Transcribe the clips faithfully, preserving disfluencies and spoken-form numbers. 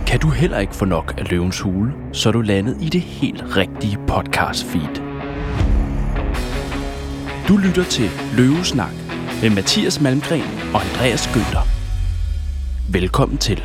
Kan du heller ikke få nok af Løvens Hule, så er du landet i det helt rigtige podcast feed. Du lytter til Løvesnak med Mathias Malmgren og Andreas Günther. Velkommen til.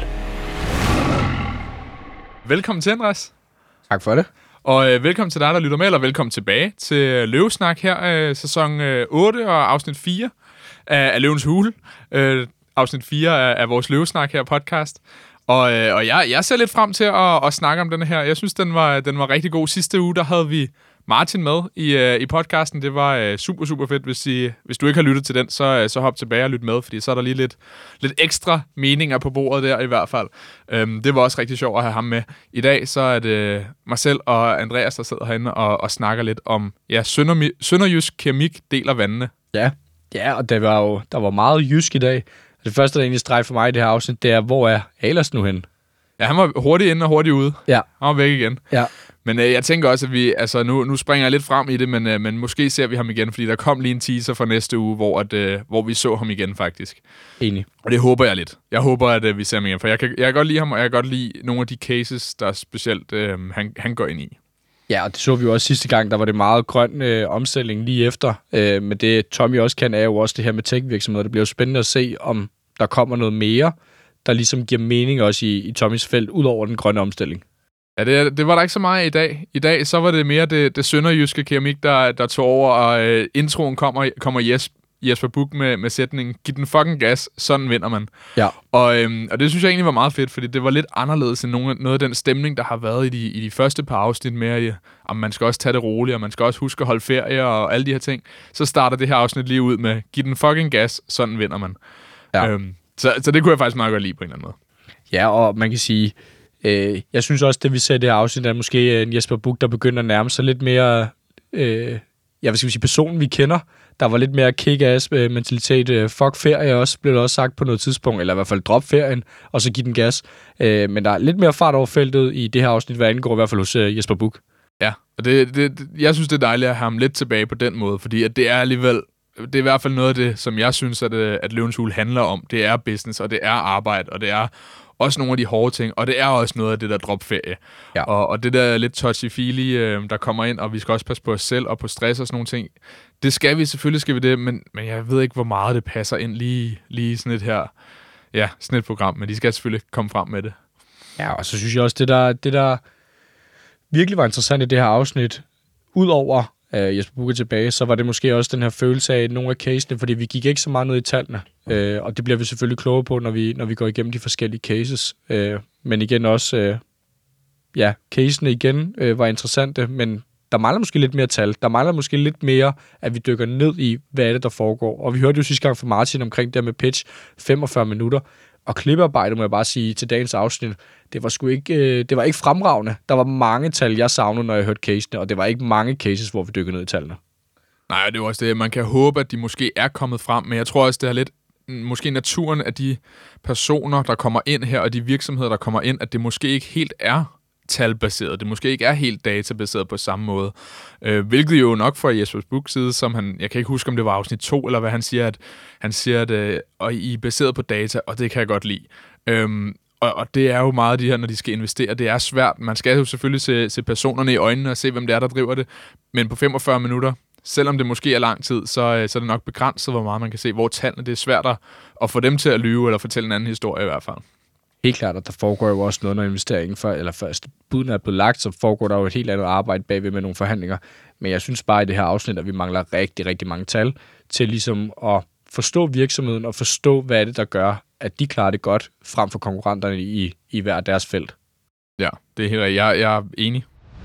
Velkommen til, Andreas. Tak for det. Og øh, velkommen til dig, der lytter med, eller velkommen tilbage til Løvesnak her, øh, sæson øh, otte og afsnit fire af, af Løvens Hule. Øh, afsnit fire af, af vores Løvesnak her podcast. Og, øh, og jeg, jeg ser lidt frem til at, at snakke om den her. Jeg synes, den var, den var rigtig god. Sidste uge, der havde vi Martin med i, øh, i podcasten. Det var øh, super, super fedt. Hvis, I, hvis du ikke har lyttet til den, så, øh, så hop tilbage og lyt med, fordi så er der lige lidt, lidt ekstra meninger på bordet der i hvert fald. Øhm, det var også rigtig sjovt at have ham med. I dag så er det mig selv og Andreas, der sidder herinde og, og snakker lidt om ja, sønder, sønderjysk keramik deler vandene. Ja, ja, og der var jo der var meget jysk i dag. Det første, der egentlig streg for mig i det her afsnit, det er, hvor er Ahlers nu henne? Ja, han var hurtigt inde og hurtigt ude. Ja. Han var væk igen. Ja. Men øh, jeg tænker også, at vi, altså nu, nu springer jeg lidt frem i det, men, øh, men måske ser vi ham igen, fordi der kom lige en teaser for næste uge, hvor, at, øh, hvor vi så ham igen faktisk. Enig. Og det håber jeg lidt. Jeg håber, at øh, vi ser ham igen, for jeg kan, jeg kan godt lide ham, og jeg kan godt lide nogle af de cases, der specielt øh, han, han går ind i. Ja, og det så vi jo også sidste gang, der var det meget grøn øh, omstilling lige efter. Øh, men det Tommy også kan, er jo også det her med tech-virksomheder. Det bliver jo spændende at se, om der kommer noget mere, der ligesom giver mening også i, i Tommys felt, ud over den grønne omstilling. Ja, det, det var der ikke så meget i dag. I dag så var det mere det, det sønderjyske keramik, der, der tog over, og øh, introen kommer, kommer Jes, Jesper Buch med, med sætningen, giv den fucking gas, sådan vinder man. Ja. Og, øhm, og det synes jeg egentlig var meget fedt, fordi det var lidt anderledes end nogle, noget af den stemning, der har været i de, i de første par afsnit med, at man skal også tage det roligt, og man skal også huske at holde ferie og alle de her ting. Så starter det her afsnit lige ud med, giv den fucking gas, sådan vinder man. Ja. Øhm, så, så det kunne jeg faktisk meget godt lide på en eller anden måde. Ja, og man kan sige, øh, jeg synes også, det vi ser i det her afsnit, er måske en Jesper Buch, der begynder at nærme sig lidt mere, øh, ja, hvad skal vi sige, personen vi kender. Der var lidt mere kick-ass-mentalitet. Øh, fuck ferie også, blev det også sagt på noget tidspunkt, eller i hvert fald drop ferien, og så give den gas. Øh, men der er lidt mere fart over feltet i det her afsnit, hvad angår i hvert fald hos øh, Jesper Buch. Ja, og det, det, jeg synes, det er dejligt at have ham lidt tilbage på den måde, fordi at det er alligevel, det er i hvert fald noget af det, som jeg synes, at, at Løvens Hule handler om. Det er business, og det er arbejde, og det er også nogle af de hårde ting, og det er også noget af det der drop-ferie. Ja. Og, og det der lidt touchy-feely, øh, der kommer ind, og vi skal også passe på os selv og på stress og sådan nogle ting. Det skal vi, selvfølgelig skal vi det, men, men jeg ved ikke, hvor meget det passer ind lige, lige sådan et her, ja, sådan et program, men de skal selvfølgelig komme frem med det. Ja, og så synes jeg også, det der, det der virkelig var interessant i det her afsnit, udover Uh, Jesper Buch tilbage, så var det måske også den her følelse af nogle af casene, fordi vi gik ikke så meget ned i tallene, uh, og det bliver vi selvfølgelig klogere på, når vi, når vi går igennem de forskellige cases. Uh, men igen også, uh, ja, casene igen uh, var interessante, men der mangler måske lidt mere tal. Der mangler måske lidt mere, at vi dykker ned i, hvad er det, der foregår. Og vi hørte jo sidste gang fra Martin omkring det med pitch, femogfyrre minutter, og klippearbejde, må jeg bare sige, til dagens afsnit, det var sgu ikke, øh, det var ikke fremragende. Der var mange tal, jeg savnede, når jeg hørte casene, og det var ikke mange cases, hvor vi dykkede ned i tallene. Nej, det er også det. Man kan håbe, at de måske er kommet frem, men jeg tror også, det er lidt måske naturen af de personer, der kommer ind her, og de virksomheder, der kommer ind, at det måske ikke helt er talbaseret. Det måske ikke er helt databaseret på samme måde. Øh, hvilket jo nok fra Jesper Buchs side, som han, jeg kan ikke huske, om det var afsnit to, eller hvad han siger, at han siger, at øh, og I er baseret på data, og det kan jeg godt lide. Øhm, og, og det er jo meget de her, når de skal investere. Det er svært. Man skal jo selvfølgelig se, se personerne i øjnene og se, hvem det er, der driver det. Men på femogfyrre minutter, selvom det måske er lang tid, så, så er det nok begrænset, hvor meget man kan se. Hvor tallene, det er svært at få dem til at lyve, eller fortælle en anden historie i hvert fald. Helt klart, at der foregår jo også noget, når investeringen for, eller først buden er blevet lagt, så foregår der jo et helt andet arbejde bagved med nogle forhandlinger. Men jeg synes bare i det her afsnit, at vi mangler rigtig, rigtig mange tal til ligesom at forstå virksomheden og forstå, hvad er det, der gør, at de klarer det godt frem for konkurrenterne i, i hver deres felt. Ja, det er helt rigtigt. Jeg, jeg er enig.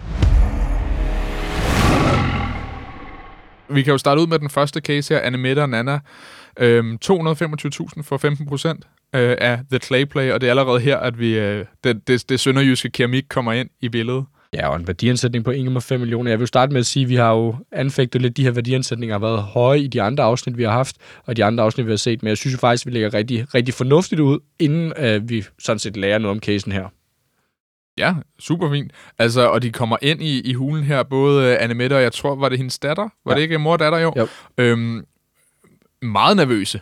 Vi kan jo starte ud med den første case her, Annemette og Nana. Øhm, to hundrede og femogtyve tusind for femten procent øh, af The Clay Play, og det er allerede her, at vi øh, det, det, det sønderjyske keramik kommer ind i billedet. Ja, og en værdiansætning på en komma fem millioner. Jeg vil starte med at sige, at vi har jo anfægtet lidt, de her værdiansætninger har været høje i de andre afsnit, vi har haft, og de andre afsnit, vi har set. Men jeg synes jo faktisk, at vi lægger rigtig, rigtig fornuftigt ud, inden øh, vi sådan set lærer noget om casen her. Ja, super fint. Altså, og de kommer ind i, i hulen her, både Annemette og jeg tror, var det hendes datter? Var ja. det ikke mor og datter, jo? jo. Øhm, meget nervøse.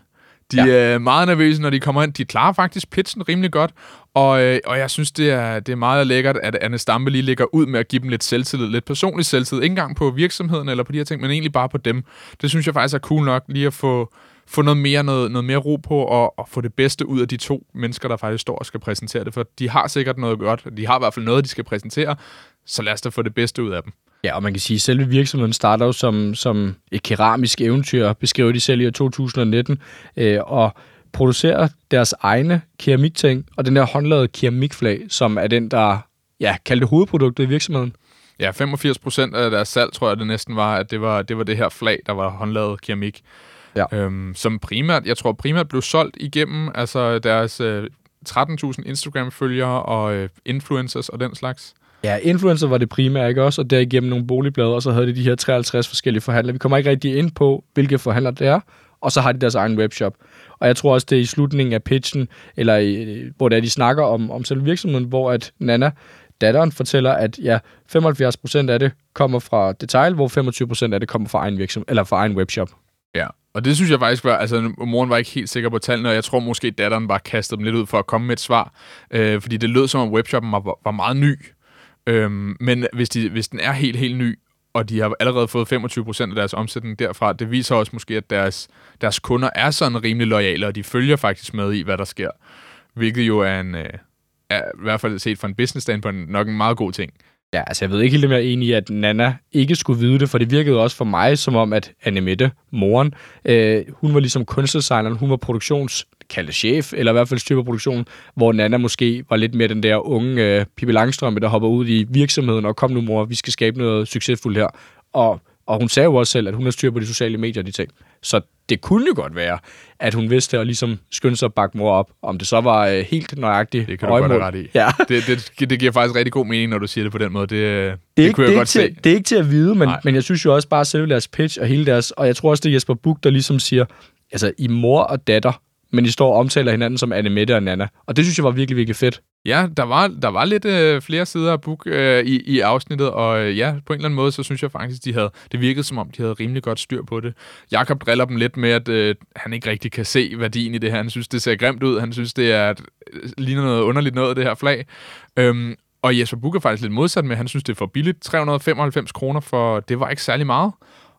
De ja. er meget nervøse, når de kommer ind. De klarer faktisk pitchen rimelig godt, og, øh, og jeg synes, det er, det er meget lækkert, at Anne Stampe lige lægger ud med at give dem lidt selvtillid, lidt personlig selvtillid. Ikke engang på virksomheden eller på de her ting, men egentlig bare på dem. Det synes jeg faktisk er cool nok, lige at få, få noget, mere, noget, noget mere ro på, og, og få det bedste ud af de to mennesker, der faktisk står og skal præsentere det. For de har sikkert noget godt. De har i hvert fald noget, de skal præsentere, så lad os da få det bedste ud af dem. Ja, og man kan sige, at selve virksomheden starter jo som, som et keramisk eventyr, beskriver de selv i to tusind nitten, øh, og producerer deres egne keramikting, og den der håndlavede keramikflag, som er den, der ja, kaldte hovedproduktet i virksomheden. Ja, femogfirs procent af deres salg, tror jeg det næsten var, at det var det, var det her flag, der var håndlavet keramik. Ja. Øhm, som primært, jeg tror primært blev solgt igennem altså deres øh, tretten tusind Instagram-følgere og øh, influencers og den slags. Ja, influencer var det primære, ikke også? Og derigennem nogle boligblade, og så havde de de her treoghalvtreds forskellige forhandlere. Vi kommer ikke rigtig ind på, hvilke forhandlere det er, og så har de deres egen webshop. Og jeg tror også, det er i slutningen af pitchen, eller i, hvor det er, de snakker om, om selve virksomheden, hvor at Nana, datteren, fortæller, at ja, femoghalvfjerds procent af det kommer fra detail, hvor femogtyve procent af det kommer fra egen virksomhed, eller fra egen webshop. Ja, og det synes jeg faktisk var, altså moren var ikke helt sikker på tallene, og jeg tror måske, datteren bare kastede dem lidt ud for at komme med et svar, øh, fordi det lød som om webshoppen var, var meget ny. Øhm, men hvis, de, hvis den er helt, helt ny, og de har allerede fået femogtyve procent af deres omsætning derfra, det viser også måske, at deres, deres kunder er sådan rimelig loyale, og de følger faktisk med i, hvad der sker. Hvilket jo er, en, er i hvert fald set fra en business standpoint nok en meget god ting. Ja, altså jeg ved ikke helt, om jeg er enig i, at Nana ikke skulle vide det, for det virkede også for mig, som om, at Annemette, moren, øh, hun var ligesom kunstdesigneren, hun var produktions kaldet chef, eller i hvert fald styr på produktionen, hvor Nana måske var lidt mere den der unge øh, Pippi Langstrømpe, der hopper ud i virksomheden, og kom nu mor, vi skal skabe noget succesfuldt her. Og, og hun sagde jo også selv, at hun har styr på de sociale medier og de ting. Så det kunne jo godt være, at hun vidste at ligesom skynde sig at bakke mor op, om det så var øh, helt nøjagtigt. Det kan du godt have ret i. Ja. det, det, det giver faktisk rigtig god mening, når du siger det på den måde. Det, det, det, ikke, kunne jeg det godt til, se. Det er ikke til at vide, men, men jeg synes jo også bare selve deres pitch og hele deres, og jeg tror også, det er Jesper Buch, der ligesom siger, altså I mor og datter, men de står og omtaler hinanden som Annemette og Nana. Og det synes jeg var virkelig, virkelig fedt. Ja, der var, der var lidt øh, flere sider af Buch øh, i, i afsnittet, og øh, ja, på en eller anden måde, så synes jeg faktisk, de havde, det virkede som om, de havde rimelig godt styr på det. Jakob driller dem lidt med, at øh, han ikke rigtig kan se værdien i det her. Han synes, det ser grimt ud. Han synes, det er et, ligner noget underligt noget af det her flag. Øhm, og Jesper Buch er faktisk lidt modsat med, han synes, det er for billigt. tre hundrede og femoghalvfems kroner, for det var ikke særlig meget.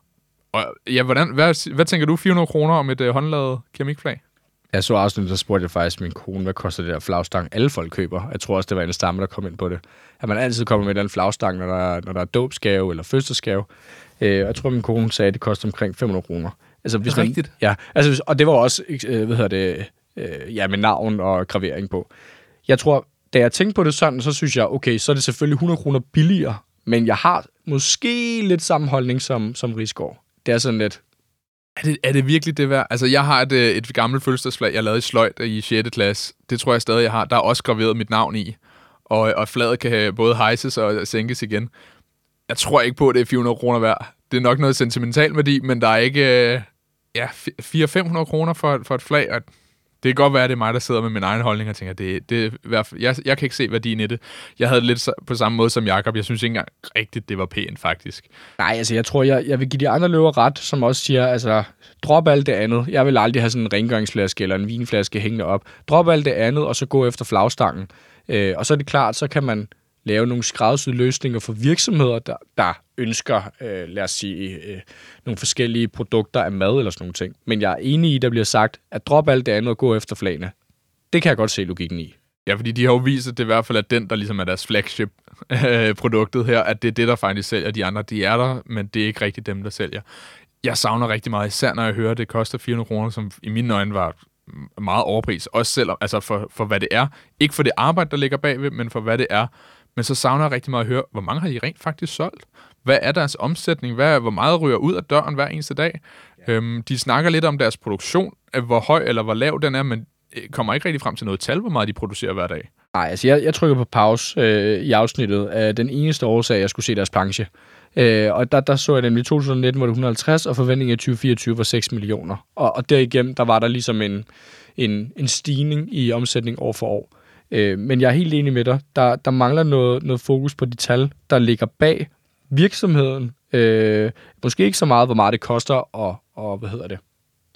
Og ja, hvordan, hvad, hvad tænker du, fire hundrede kroner om et øh, håndlavet keramikflag? Jeg så afsnittet, der spurgte jeg faktisk min kone, hvad koster det der flagstang, alle folk køber. Jeg tror også, det var en stamme, der kom ind på det. At man altid kommer med den flagstang, når der, når der er dåbsgave eller fødselsgave. Øh, jeg tror, min kone sagde, at det koster omkring fem hundrede kroner. Altså, hvis det er man, rigtigt. Ja, altså, og det var også, øh, hvad hedder det, øh, ja, med navn og gravering på. Jeg tror, da jeg tænkte på det sådan, så synes jeg, okay, så er det selvfølgelig hundrede kroner billigere, men jeg har måske lidt sammenholdning som, som Risgaard. Det er sådan lidt... Er det, er det virkelig det værd? Altså, jeg har et, et gammelt fødselsdagsflag, jeg lavede i sløjt i sjette klasse. Det tror jeg stadig, jeg har. Der er også graveret mit navn i. Og, og flaget kan både hejses og sænkes igen. Jeg tror ikke på, at det er fire hundrede kroner værd. Det er nok noget sentimental værdi, men der er ikke ja, fire til fem hundrede kroner for, for et flag. Og det kan godt være, at det er mig, der sidder med min egen holdning og tænker, det, det, jeg, jeg kan ikke se værdien i det. Jeg havde det lidt på samme måde som Jakob. Jeg synes ikke engang rigtigt, det var pænt, faktisk. Nej, altså jeg tror, jeg, jeg vil give de andre løver ret, som også siger, altså drop alt det andet. Jeg vil aldrig have sådan en rengøringsflaske eller en vinflaske hængende op. Drop alt det andet, og så gå efter flagstangen. Øh, og så er det klart, så kan man lave nogle skræddersyede løsninger for virksomheder, der, der ønsker, øh, lad os sige, øh, nogle forskellige produkter af mad eller sådan nogle ting. Men jeg er enig i, der bliver sagt, at drop alt det andet og gå efter flagene. Det kan jeg godt se logikken i. Ja, fordi de har jo vist, at det i hvert fald er den, der ligesom er deres flagship-produktet her, at det er det, der faktisk sælger. De andre, de er der, men det er ikke rigtig dem, der sælger. Jeg savner rigtig meget, især når jeg hører, at det koster fire hundrede kroner, som i mine øjne var meget overpris. Også selvom, altså for, for hvad det er. Ikke for det arbejde, der ligger bagved, men for hvad det er. Men så savner jeg rigtig meget at høre, hvor mange har de rent faktisk solgt? Hvad er deres omsætning? Hvad, hvor meget ryger ud af døren hver eneste dag? Ja. Øhm, de snakker lidt om deres produktion, hvor høj eller hvor lav den er, men kommer ikke rigtig frem til noget tal, hvor meget de producerer hver dag. Nej, altså jeg, jeg trykker på pause øh, i afsnittet af den eneste årsag, jeg skulle se deres planche. Øh, og der, der så jeg nemlig i to tusind nitten, hvor det et hundrede og halvtreds, og forventningen i tyve fireogtyve var seks millioner. Og, og derigennem, der var der ligesom en, en, en stigning i omsætning år for år. Øh, men jeg er helt enig med dig. Der, der mangler noget, noget fokus på de tal, der ligger bag virksomheden. Øh, måske ikke så meget, hvor meget det koster at, og, hvad hedder det,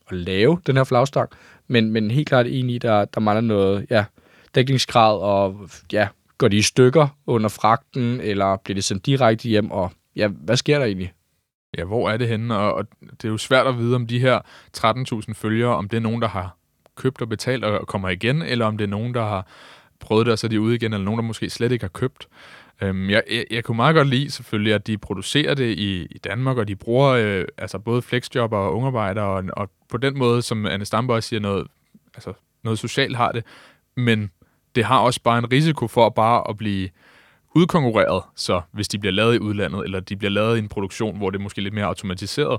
at lave den her flagstang, men, men helt klart enig, der, der mangler noget ja, dækningsgrad, og ja, går de i stykker under fragten, eller bliver det sendt direkte hjem, og ja, hvad sker der egentlig? Ja, hvor er det henne? Og, og det er jo svært at vide, om de her tretten tusind følgere, om det er nogen, der har købt og betalt og kommer igen, eller om det er nogen, der har prøvet det, og så er de ude igen, eller nogen, der måske slet ikke har købt. Øhm, jeg, jeg, jeg kunne meget godt lide selvfølgelig, at de producerer det i, i Danmark, og de bruger øh, altså både flexjobber og ungarbejdere, og, og på den måde, som Anne Stampe også siger, noget, altså noget socialt har det, men det har også bare en risiko for bare at blive udkonkurreret, så hvis de bliver lavet i udlandet, eller de bliver lavet i en produktion, hvor det er måske lidt mere automatiseret.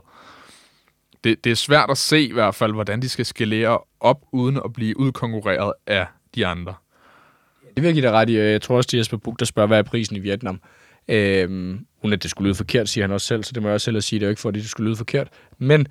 Det, det er svært at se i hvert fald, hvordan de skal skalere op, uden at blive udkonkurreret af de andre. Det vil jeg give dig ret i. Jeg tror også, at Jesper Buch, der spørger, hvad er prisen i Vietnam. Øhm, uden at det skulle lyde forkert, siger han også selv, så det må jeg også selv sige. Det er jo ikke, fordi det skulle lyde forkert. Men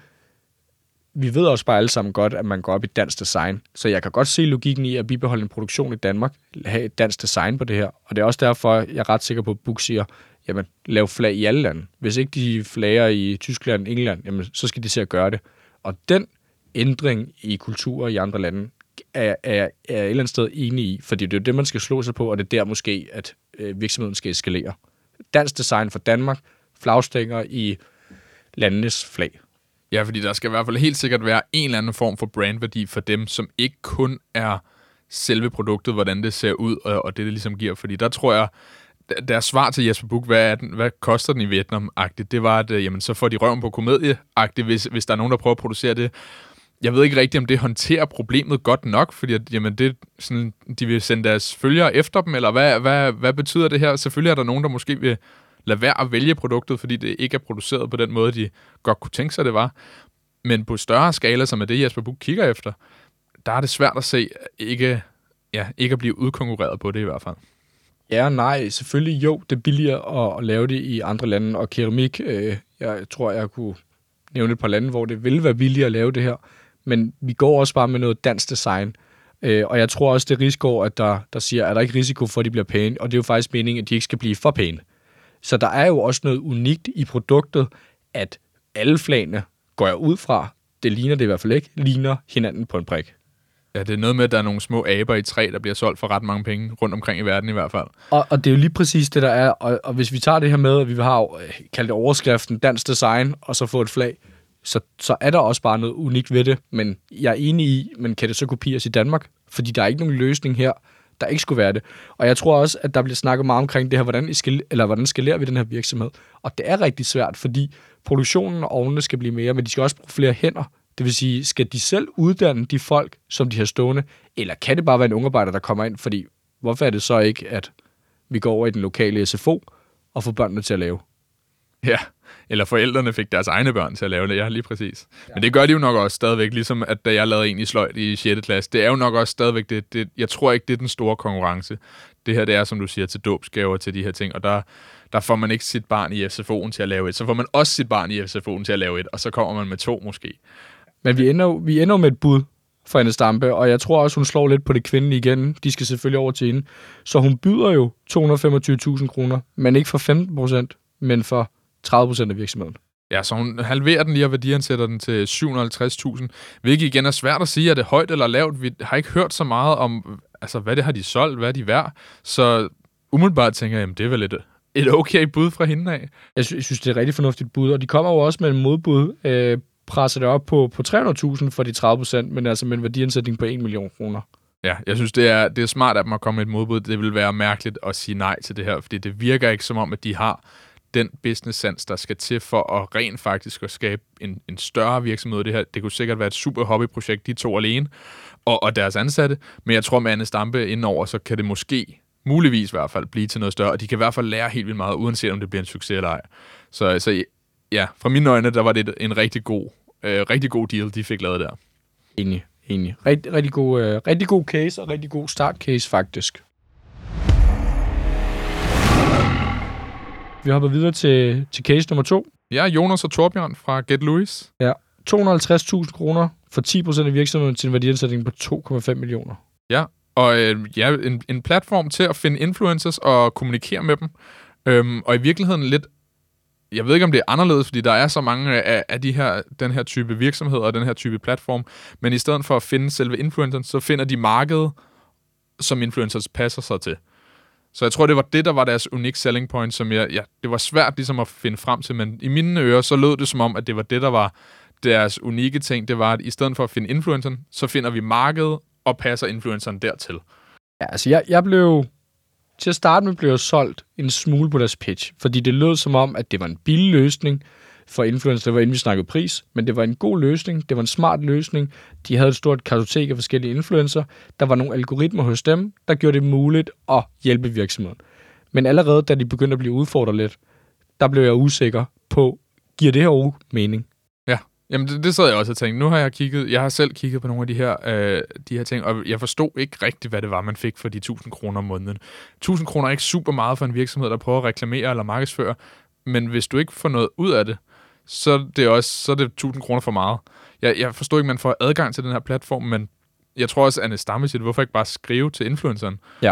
vi ved også bare alle sammen godt, at man går op i dansk design. Så jeg kan godt se logikken i at bibeholde en produktion i Danmark, have et dansk design på det her. Og det er også derfor, jeg er ret sikker på, at Buch siger, jamen, lav flag i alle lande. Hvis ikke de flager i Tyskland, England, jamen, så skal de se at gøre det. Og den ændring i kulturer i andre lande, er, er, er et eller andet sted enig i, fordi det er det, man skal slå sig på, og det er der måske, at øh, virksomheden skal eskalere. Dansk design for Danmark, flagstænger i landenes flag. Ja, fordi der skal i hvert fald helt sikkert være en eller anden form for brandværdi for dem, som ikke kun er selve produktet, hvordan det ser ud, og, og det, det ligesom giver. Fordi der tror jeg, deres svar til Jesper Buch, hvad, er den, hvad koster den i Vietnam-agtigt, det var, at jamen, så får de røven på komedie-agtigt, hvis, hvis der er nogen, der prøver at producere det. Jeg ved ikke rigtigt, om det håndterer problemet godt nok, fordi at, jamen, det, sådan, de vil sende deres følgere efter dem, eller hvad, hvad, hvad betyder det her? Selvfølgelig er der nogen, der måske vil lade være at vælge produktet, fordi det ikke er produceret på den måde, de godt kunne tænke sig, det var. Men på større skala, som er det, Jesper Buch kigger efter, der er det svært at se ikke, ja, ikke at blive udkonkurreret på det i hvert fald. Ja, nej, selvfølgelig jo, det er billigere at, at lave det i andre lande, og keramik, øh, jeg tror, jeg kunne nævne et par lande, hvor det ville være billigere at lave det her, men vi går også bare med noget dansk design, øh, og jeg tror også, det er risiko, at der, der siger, at der ikke risiko for, at de bliver pæne, og det er jo faktisk meningen, at de ikke skal blive for pæne. Så der er jo også noget unikt i produktet, at alle flagene, går jeg ud fra, det ligner det i hvert fald ikke, ligner hinanden på en prik. Ja, det er noget med, at der er nogle små aber i træ, der bliver solgt for ret mange penge rundt omkring i verden i hvert fald. Og, og det er jo lige præcis det, der er. Og, og hvis vi tager det her med, at vi har kaldt det overskriften dansk design, og så få et flag, så, så er der også bare noget unikt ved det. Men jeg er enig i, men kan det så kopieres i Danmark? Fordi der er ikke nogen løsning her, der ikke skulle være det. Og jeg tror også, at der bliver snakket meget omkring det her, hvordan, skal, eller hvordan skalerer vi den her virksomhed. Og det er rigtig svært, fordi produktionen og ovnene skal blive mere, men de skal også bruge flere hænder. Det vil sige, skal de selv uddanne de folk, som de har stående, eller kan det bare være en ungarbejder, der kommer ind? Fordi hvorfor er det så ikke, at vi går over i den lokale S F O og får børnene til at lave? Ja, eller forældrene fik deres egne børn til at lave det, ja, lige præcis. Ja. Men det gør de jo nok også stadigvæk, ligesom at da jeg lavede en i sløjt i sjette klasse. Det er jo nok også stadigvæk det, det. Jeg tror ikke, det er den store konkurrence. Det her, det er, som du siger, til dåbsgaver til de her ting, og der, der får man ikke sit barn i F C Fo'en til at lave et. Så får man også sit barn i F C Fo'en til at lave et, og så kommer man med to måske. Men vi ender, vi ender med et bud for Anne Stampe, og jeg tror også, hun slår lidt på det kvindelige igen. De skal selvfølgelig over til hende. Så hun byder jo to hundrede og femogtyve tusind kroner, men ikke for femten procent, men for tredive procent af virksomheden. Ja, så hun halverer den lige og værdiansætter den til syv hundrede og halvtreds tusind, hvilket igen er svært at sige, er det højt eller lavt. Vi har ikke hørt så meget om, altså, hvad det har de solgt, hvad er de værd. Så umiddelbart tænker jeg, jamen, det er vel et, et okay bud fra hende af. Jeg synes, det er et rigtig fornuftigt bud, og de kommer jo også med en modbud, øh, presser det op på, på tre hundrede tusind for de tredive procent, men altså med en værdiansætning på en million kroner. Ja, jeg synes, det er, det er smart af dem at komme med et modbud. Det vil være mærkeligt at sige nej til det her, fordi det virker ikke som om, at de har den business sense, der skal til for at rent faktisk at skabe en, en større virksomhed. Det her, det kunne sikkert være et super hobbyprojekt, de to alene, og, og deres ansatte, men jeg tror, med Anne Stampe indenover, så kan det måske, muligvis i hvert fald, blive til noget større, og de kan i hvert fald lære helt vildt meget, uanset om det bliver en succes eller ej. Så, så ja, fra mine øjne, der var det en rigtig god, øh, rigtig god deal, de fik lavet der. Enig, enig. Rigtig, rigtig, god, øh, rigtig god case, og rigtig god start case, faktisk. Vi hopper videre til, til case nummer to. Ja, Jonas og Torbjørn fra Get Louis. Ja, to hundrede og halvtreds tusind kroner for ti procent af virksomheden til en værdiansætning på to komma fem millioner. Ja, og øh, ja, en, en platform til at finde influencers og kommunikere med dem. Øhm, og i virkeligheden lidt, jeg ved ikke, om det er anderledes, fordi der er så mange af, af de her, den her type virksomheder og den her type platform, men i stedet for at finde selve influenceren, så finder de markedet, som influencers passer sig til. Så jeg tror, det var det, der var deres unique selling point, som jeg, ja, det var svært ligesom at finde frem til, men i mine ører, så lød det som om, at det var det, der var deres unikke ting. Det var, at i stedet for at finde influenceren, så finder vi markedet og passer influenceren dertil. Ja, altså jeg, jeg blev... Til at starte med blev jeg solgt en smule på deres pitch, fordi det lød som om, at det var en billig løsning for influencer. Det var inden vi snakkede pris, men det var en god løsning. Det var en smart løsning. De havde et stort kartotek af forskellige influencer. Der var nogle algoritmer hos dem, der gjorde det muligt at hjælpe virksomheden. Men allerede da de begyndte at blive udfordret lidt, der blev jeg usikker på, giver det her mening? Ja, jamen det, det sad jeg også og tænkte. Nu har jeg kigget, jeg har selv kigget på nogle af de her, øh, de her ting, og jeg forstod ikke rigtigt, hvad det var, man fik for de tusind kroner om måneden. tusind kroner er ikke super meget for en virksomhed, der prøver at reklamere eller markedsføre, men hvis du ikke får noget ud af det, så er det også så er det tusind kroner for meget. Jeg, jeg forstår ikke, man får adgang til den her platform, men jeg tror også, at Anne Stampe siger, hvorfor ikke bare skrive til influenceren? Ja.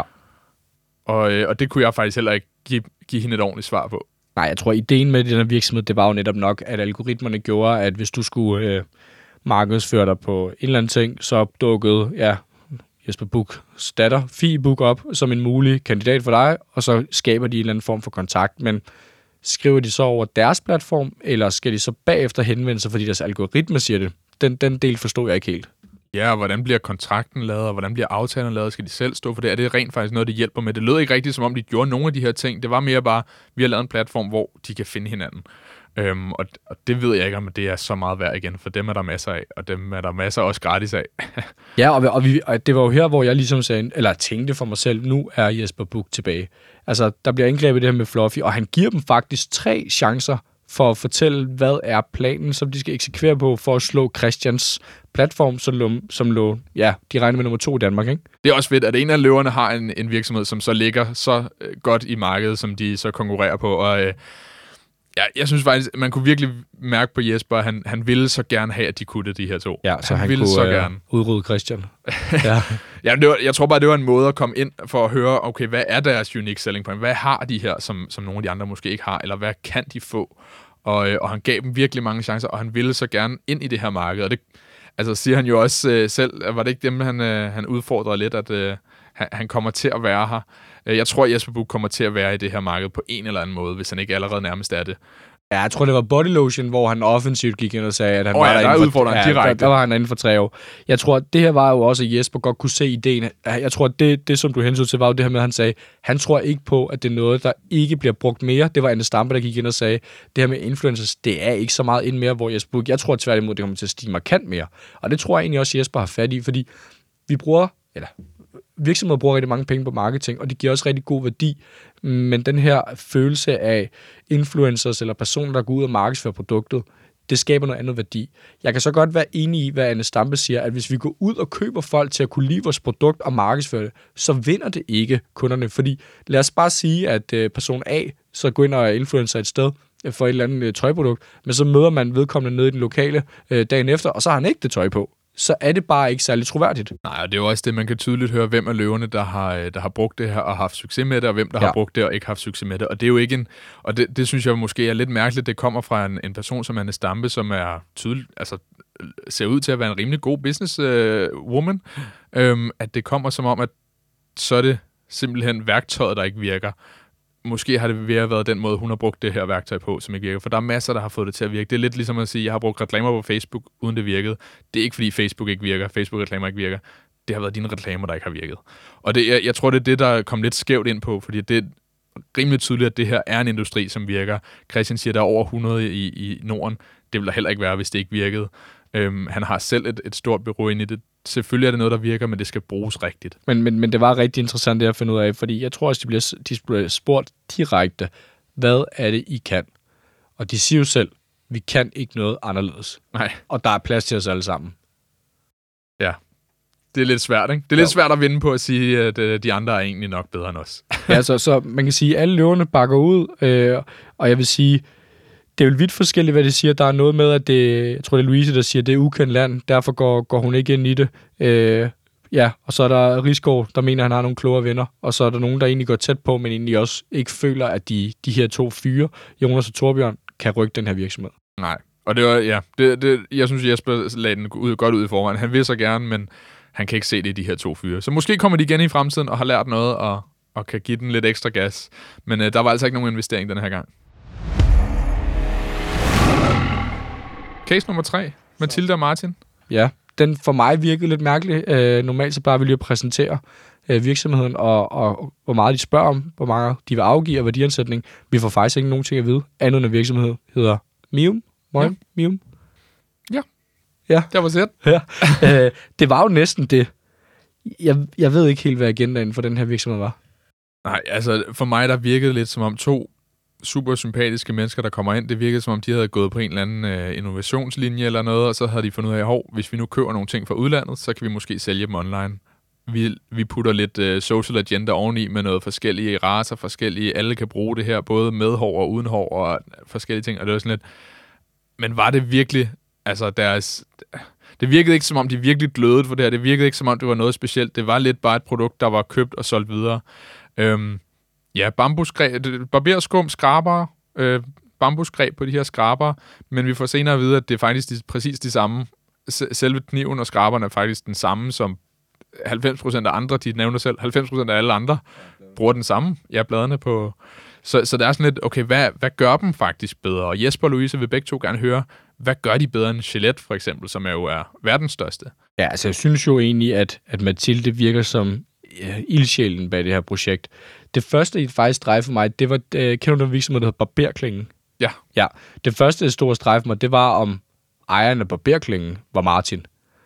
Og, øh, og det kunne jeg faktisk heller ikke give, give hende et ordentligt svar på. Nej, jeg tror, ideen med den her virksomhed, det var jo netop nok, at algoritmerne gjorde, at hvis du skulle øh, markedsføre dig på en eller anden ting, så dukkede ja, Jesper Buchs datter, Fie Buch, op som en mulig kandidat for dig, og så skaber de en eller anden form for kontakt. Men skriver de så over deres platform, eller skal de så bagefter henvende sig, fordi deres algoritme siger det? Den, den del forstod jeg ikke helt. Ja, og hvordan bliver kontrakten lavet, og hvordan bliver aftalen lavet? Skal de selv stå for det? Er det rent faktisk noget, det hjælper med? Det lød ikke rigtigt, som om de gjorde nogle af de her ting. Det var mere bare, vi har lavet en platform, hvor de kan finde hinanden. Øhm, og, og det ved jeg ikke, om det er så meget værd igen, for dem er der masser af, og dem er der masser også gratis af. Ja, og, og, vi, og det var jo her, hvor jeg ligesom sagde, eller tænkte for mig selv, nu er Jesper Buch tilbage. Altså, der bliver indgrebet det her med Fluffy, og han giver dem faktisk tre chancer for at fortælle, hvad er planen, som de skal eksekvere på for at slå Christians platform, som lå, som lå ja, de regner med nummer to i Danmark, ikke? Det er også fedt, at en af løverne har en, en virksomhed, som så ligger så øh, godt i markedet, som de så konkurrerer på, og øh, ja, jeg synes faktisk, man kunne virkelig mærke på Jesper, at han, han ville så gerne have, at de kunne det, de her to. Ja, så han, han ville kunne så øh, gerne udrydde Christian. Ja. Ja, det var, jeg tror bare, det var en måde at komme ind for at høre, okay, hvad er deres unique selling point? Hvad har de her, som, som nogle af de andre måske ikke har? Eller hvad kan de få? Og, øh, og han gav dem virkelig mange chancer, og han ville så gerne ind i det her marked. Og det altså, siger han jo også øh, selv, var det ikke dem, han, øh, han udfordrede lidt, at øh, han, han kommer til at være her. Jeg tror, at Jesper Buch kommer til at være i det her marked på en eller anden måde, hvis han ikke allerede nærmest er det. Ja, jeg tror, det var Body Lotion, hvor han offensivt gik ind og sagde, at han oh, var ja, der, der inden for, ja, ja, direkte. Der, der var han inden for tre år. Jeg tror, at det her var jo også, at Jesper godt kunne se ideen. Jeg tror, at det, det som du hensyn til, var jo det her med, at han sagde, han tror ikke på, at det er noget, der ikke bliver brugt mere. Det var Anne Stampe, der gik ind og sagde, det her med influencers, det er ikke så meget ind mere, hvor Jesper Buch, jeg tror tværtimod, det kommer til at stige markant mere. Og det tror jeg egentlig også, Jesper har fat i, fordi vi bruger, eller virksomheder bruger rigtig mange penge på marketing, og det giver også rigtig god værdi. Men den her følelse af influencers eller personer, der går ud og markedsfører produktet, det skaber noget andet værdi. Jeg kan så godt være enig i, hvad Anne Stampe siger, at hvis vi går ud og køber folk til at kunne lide vores produkt og markedsføre det, så vinder det ikke kunderne. Fordi lad os bare sige, at person A så går ind og influencer et sted for et eller andet tøjprodukt, men så møder man vedkommende nede i den lokale dagen efter, og så har han ikke det tøj på. Så er det bare ikke særlig troværdigt. Nej, og det er jo også det, man kan tydeligt høre, hvem af løverne, der har, der har brugt det her og haft succes med det, og hvem, der ja. har brugt det og ikke haft succes med det. Og det er jo ikke en... Og det, det synes jeg måske er lidt mærkeligt, det kommer fra en, en person som Anne Stampe, som er tydeligt, altså ser ud til at være en rimelig god businesswoman, øh, øhm, at det kommer som om, at så er det simpelthen værktøjet, der ikke virker. Måske har det været den måde, hun har brugt det her værktøj på, som ikke virker. For der er masser, der har fået det til at virke. Det er lidt ligesom at sige, at jeg har brugt reklamer på Facebook, uden det virkede. Det er ikke, fordi Facebook ikke virker. Facebook-reklamer ikke virker. Det har været dine reklamer, der ikke har virket. Og det, jeg, jeg tror, det er det, der kom lidt skævt ind på, fordi det er rimelig tydeligt, at det her er en industri, som virker. Christian siger, at der er over hundrede i, i Norden. Det vil der heller ikke være, hvis det ikke virkede. Øhm, han har selv et, et stort bureau ind i det. Selvfølgelig er det noget, der virker, men det skal bruges rigtigt. Men, men, men det var rigtig interessant det at finde ud af, fordi jeg tror også, de bliver, de bliver spurgt direkte, hvad er det, I kan? Og de siger jo selv, vi kan ikke noget anderledes. Nej. Og der er plads til os alle sammen. Ja, det er lidt svært, ikke? Det er lidt jo. svært at vinde på at sige, at de andre er egentlig nok bedre end os. Ja, så, så man kan sige, at alle løverne bakker ud, øh, og jeg vil sige, det er jo vidt forskelligt, hvad de siger. Der er noget med, at det, jeg tror, det er Louise, der siger, at det er ukendt land, derfor går, går hun ikke ind i det. Øh, ja, og så er der Risgaard, der mener, at han har nogle klogere venner, og så er der nogen, der egentlig går tæt på, men egentlig også ikke føler, at de, de her to fyre, Jonas og Torbjørn, kan rykke den her virksomhed. Nej, og det var, ja, det, det, jeg synes, Jesper lagde den ud, godt ud i forvejen. Han vil så gerne, men han kan ikke se det i de her to fyre. Så måske kommer de igen i fremtiden og har lært noget og, og kan give den lidt ekstra gas. Men øh, der var altså ikke nogen investering den her gang. Case nummer tre. Mathilde og Martin. Ja, den for mig virkede lidt mærkelig. Øh, normalt så bare vil jeg præsentere øh, virksomheden, og, og hvor meget de spørger om, hvor meget de vil afgive og værdiansætning. Vi får faktisk ikke nogen ting at vide, andet end en virksomhed hedder Mium. Moin, ja. Mium. Ja. Ja. Det var sæt. Ja. øh, det var jo næsten det. Jeg, jeg ved ikke helt, hvad agendaen for den her virksomhed var. Nej, altså for mig, der virkede lidt som om to super sympatiske mennesker, der kommer ind. Det virkede som om, de havde gået på en eller anden øh, innovationslinje eller noget, og så havde de fundet ud af, hov, hvis vi nu køber nogle ting fra udlandet, så kan vi måske sælge dem online. Vi, vi putter lidt øh, social agenda oveni med noget forskellige racer, forskellige, alle kan bruge det her, både med hår og uden hår og forskellige ting, og det var sådan lidt, men var det virkelig, altså deres, det virkede ikke som om, de virkelig glødede for det her, det virkede ikke som om, det var noget specielt, det var lidt bare et produkt, der var købt og solgt videre. Øhm, ja, bambusgreb, barberskum, skraber, øh, bambusgreb på de her skraber, men vi får senere at vide, at det er faktisk de, præcis de samme. Selve kniven og skraberne er faktisk den samme som halvfems procent af andre, de nævner selv, halvfems procent af alle andre bruger den samme, ja, bladene på. Så, så der er sådan lidt, okay, hvad, hvad gør dem faktisk bedre? Og Jesper og Louise vil begge to gerne høre, hvad gør de bedre end Gillette, for eksempel, som er jo er verdens største? Ja, altså jeg synes jo egentlig, at, at Mathilde virker som ja, ildsjælen bag det her projekt. Det første, I faktisk dreje for mig, det var, øh, kender du den virksomhed, der hedder Barberklingen? Ja. Ja, det første store strege for mig, det var om ejeren af Barberklingen var Martin.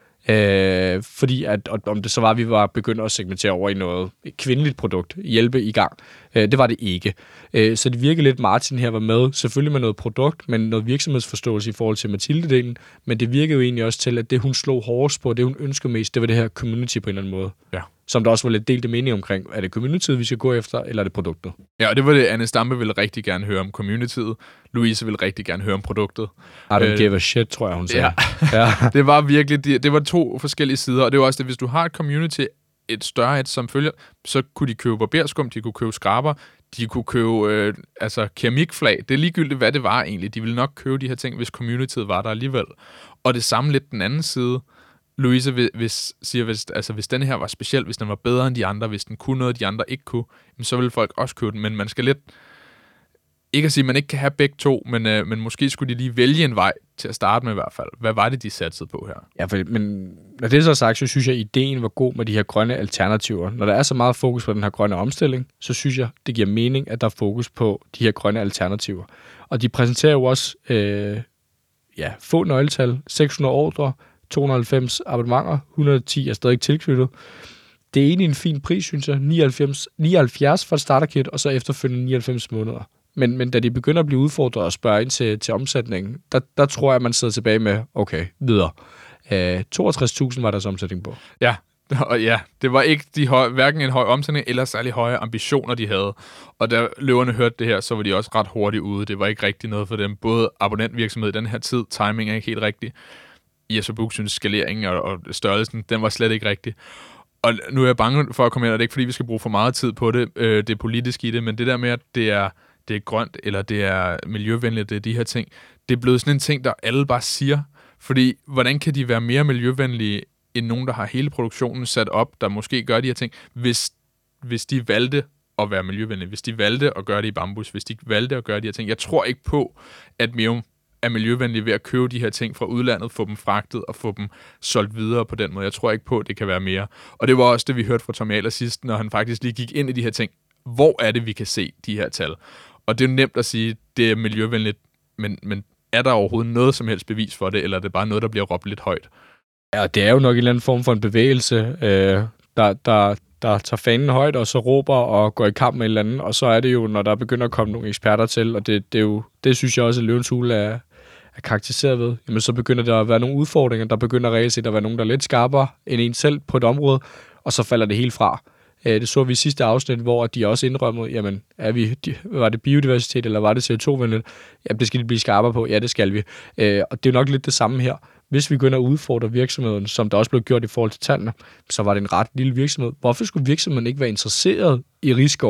Øh, fordi at, om det så var, at vi var begyndt at segmentere over i noget kvindeligt produkt, hjælpe i gang. Øh, det var det ikke. Øh, så det virkede lidt, Martin her var med, selvfølgelig med noget produkt, men noget virksomhedsforståelse i forhold til Mathilde-delen, men det virkede jo egentlig også til, at det hun slog hårdest på, det hun ønsker mest, det var det her community på en eller anden måde. Ja. Som der også var lidt delte mening omkring. Er det communityet, vi skal gå efter, eller er det produktet? Ja, og det var det, Anne Stampe ville rigtig gerne høre om communityet. Louise ville rigtig gerne høre om produktet. I don't øh, give a shit, tror jeg, hun sagde. Ja. Ja. Det var virkelig, det var to forskellige sider, og det var også det, hvis du har et community, et større et, som følger, så kunne de købe barberskum, de kunne købe skraber, de kunne købe øh, altså keramikflag. Det er ligegyldigt, hvad det var egentlig. De ville nok købe de her ting, hvis communityet var der alligevel. Og det samme lidt den anden side. Louise hvis, siger, hvis, altså, hvis den her var speciel, hvis den var bedre end de andre, hvis den kunne noget, de andre ikke kunne, så ville folk også købe den. Men man skal lidt, ikke at sige, at man ikke kan have begge to, men, øh, men måske skulle de lige vælge en vej til at starte med i hvert fald. Hvad var det, de satsede på her? Ja, for, men når det er så sagt, så synes jeg, at ideen var god med de her grønne alternativer. Når der er så meget fokus på den her grønne omstilling, så synes jeg, det giver mening, at der er fokus på de her grønne alternativer. Og de præsenterer jo også øh, ja, få nøgletal, seks hundrede ordre, to hundrede og halvfems abonnementer, et hundrede og ti er stadig tilknyttet. Det er egentlig en fin pris, synes jeg. nioghalvfems, nioghalvfjerds for et starterkit, og så efterfølgende nioghalvfems måneder. Men, men da de begynder at blive udfordret og spørge ind til, til omsætningen, der, der tror jeg, at man sidder tilbage med, okay, videre. Øh, toogtres tusind var deres omsætning på. Ja, og ja, det var ikke de høje, hverken en høj omsætning eller særlig høje ambitioner, de havde. Og da løverne hørte det her, så var de også ret hurtigt ude. Det var ikke rigtig noget for dem. Både abonnentvirksomhed i den her tid, timing er ikke helt rigtig. Jesper Buch synes, skaleringen og, og størrelsen, den var slet ikke rigtig. Og nu er jeg bange for at komme ind, og det er ikke fordi, vi skal bruge for meget tid på det, øh, det er politisk i det, men det der med, at det er, det er grønt, eller det er miljøvenligt, det er de her ting, det er blevet sådan en ting, der alle bare siger. Fordi, hvordan kan de være mere miljøvenlige, end nogen, der har hele produktionen sat op, der måske gør de her ting, hvis, hvis de valgte at være miljøvenlige, hvis de valgte at gøre det i bambus, hvis de valgte at gøre de her ting. Jeg tror ikke på, at Mium er miljøvenlige ved at købe de her ting fra udlandet, få dem fragtet og få dem solgt videre på den måde. Jeg tror ikke på, at det kan være mere. Og det var også det, vi hørte fra Tommy Ahlers sidst, når han faktisk lige gik ind i de her ting. Hvor er det, vi kan se de her tal? Og det er jo nemt at sige, det er miljøvenligt, men, men er der overhovedet noget som helst bevis for det, eller er det bare noget, der bliver råbt lidt højt? Ja, det er jo nok en eller anden form for en bevægelse, øh, der, der, der tager fanen højt, og så råber og går i kamp med et eller andet, og så er det jo, når der begynder at komme nogle eksperter til, og det, det, er jo, det synes jeg også, at Løvens Hule er, er karakteriseret ved, jamen så begynder der at være nogle udfordringer, der begynder reelt set at være nogen, der er lidt skarpere end en selv på et område, og så falder det helt fra. Det så vi i sidste afsnit, hvor de også indrømmede, jamen, er vi, var det biodiversitet, eller var det C O to-venligt? Jamen, det skal de blive skarpere på. Ja, det skal vi. Og det er nok lidt det samme her. Hvis vi begynder at udfordre virksomheden, som der også blev gjort i forhold til tallene, så var det en ret lille virksomhed. Hvorfor skulle virksomheden ikke være interesseret i Risskov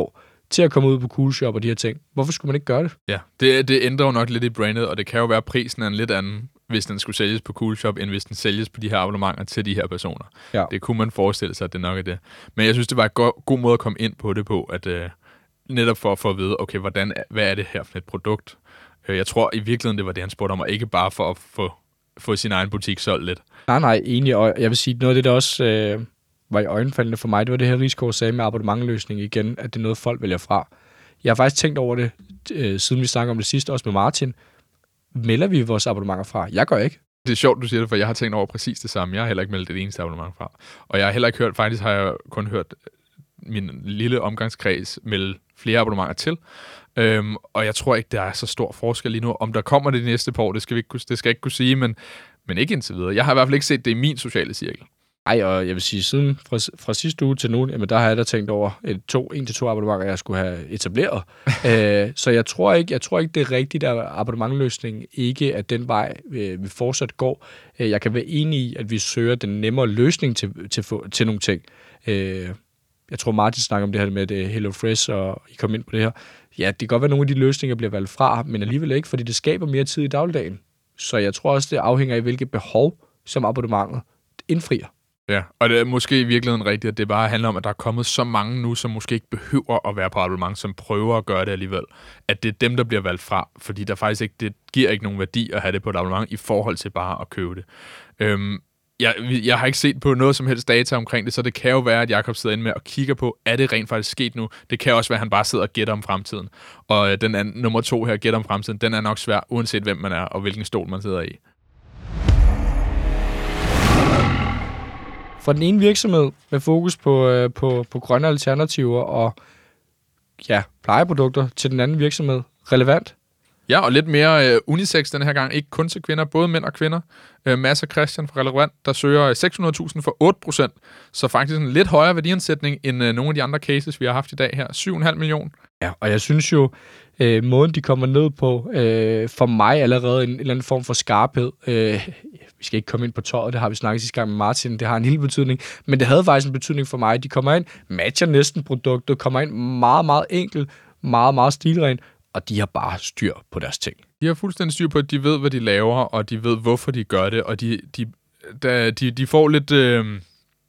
til at komme ud på Coolshop og de her ting. Hvorfor skulle man ikke gøre det? Ja, det, det ændrer jo nok lidt i brandet, og det kan jo være, prisen er en lidt anden, hvis den skulle sælges på Coolshop, end hvis den sælges på de her abonnementer til de her personer. Ja. Det kunne man forestille sig, at det nok er det. Men jeg synes, det var en go- god måde at komme ind på det på, at øh, netop for at få at vide, okay, hvordan, hvad er det her for et produkt? Jeg tror i virkeligheden, det var det, han spurgte om, og ikke bare for at få, få sin egen butik solgt lidt. Nej, nej, egentlig. Og jeg vil sige, noget af det, der også øh, var i øjenfaldende for mig, det var det her Rigsgaard sagde med abonnementløsning igen, at det er noget, folk vælger fra. Jeg har faktisk tænkt over det, øh, siden vi snakkede om det sidste, også med Martin. Melder vi vores abonnementer fra? Jeg gør ikke. Det er sjovt, du siger det, for jeg har tænkt over præcis det samme. Jeg har heller ikke meldt det eneste abonnement fra. Og jeg har heller ikke hørt, faktisk har jeg kun hørt min lille omgangskreds melde flere abonnementer til. Øhm, og jeg tror ikke, der er så stor forskel lige nu. Om der kommer det de næste par år, det skal, vi ikke kunne, det skal jeg ikke kunne sige, men, men ikke indtil videre. Jeg har i hvert fald ikke set det i min sociale cirkel. Ej, og jeg vil sige, siden fra, fra sidste uge til nu, jamen der har jeg da tænkt over et to, en til to abonnementer, jeg skulle have etableret. Æ, så jeg tror ikke, jeg tror ikke, det er rigtigt, at abonnementløsningen ikke er den vej, vi, vi fortsat går. Æ, jeg kan være enig i, at vi søger den nemmere løsning til, til, til nogle ting. Æ, jeg tror, Martin snakker om det her med det Hello Fresh, og I kom ind på det her. Ja, det kan godt være, at nogle af de løsninger bliver valgt fra, men alligevel ikke, fordi det skaber mere tid i dagligdagen. Så jeg tror også, det afhænger af, hvilket behov, som abonnementet indfrier. Ja, og det er måske i virkeligheden rigtigt, at det bare handler om, at der er kommet så mange nu, som måske ikke behøver at være på abonnement, som prøver at gøre det alligevel. At det er dem, der bliver valgt fra, fordi der faktisk ikke, det giver ikke nogen værdi at have det på et abonnement i forhold til bare at købe det. Øhm, jeg, jeg har ikke set på noget som helst data omkring det, så det kan jo være, at Jakob sidder inde med og kigger på, er det rent faktisk sket nu? Det kan også være, at han bare sidder og gætter om fremtiden. Og øh, den er, nummer to her, gætter om fremtiden, den er nok svær, uanset hvem man er og hvilken stol man sidder i. Fra den ene virksomhed med fokus på, øh, på, på grønne alternativer og ja, plejeprodukter til den anden virksomhed. Relevant. Ja, og lidt mere øh, unisex den her gang. Ikke kun til kvinder, både mænd og kvinder. Øh, Mads og Christian fra Relevant, der søger seks hundrede tusind for otte procent. Så faktisk en lidt højere værdiansætning end øh, nogle af de andre cases, vi har haft i dag her. syv komma fem millioner. Ja, og jeg synes jo, øh, måden de kommer ned på, øh, for mig allerede en, en eller anden form for skarphed. Øh, vi skal ikke komme ind på tøjet, det har vi snakket sidste gang med Martin, det har en lille betydning. Men det havde faktisk en betydning for mig. De kommer ind, matcher næsten produktet, kommer ind meget, meget enkelt, meget, meget stilren, og de har bare styr på deres ting. De har fuldstændig styr på, at de ved, hvad de laver, og de ved, hvorfor de gør det, og de, de, de, de, de får lidt, øh,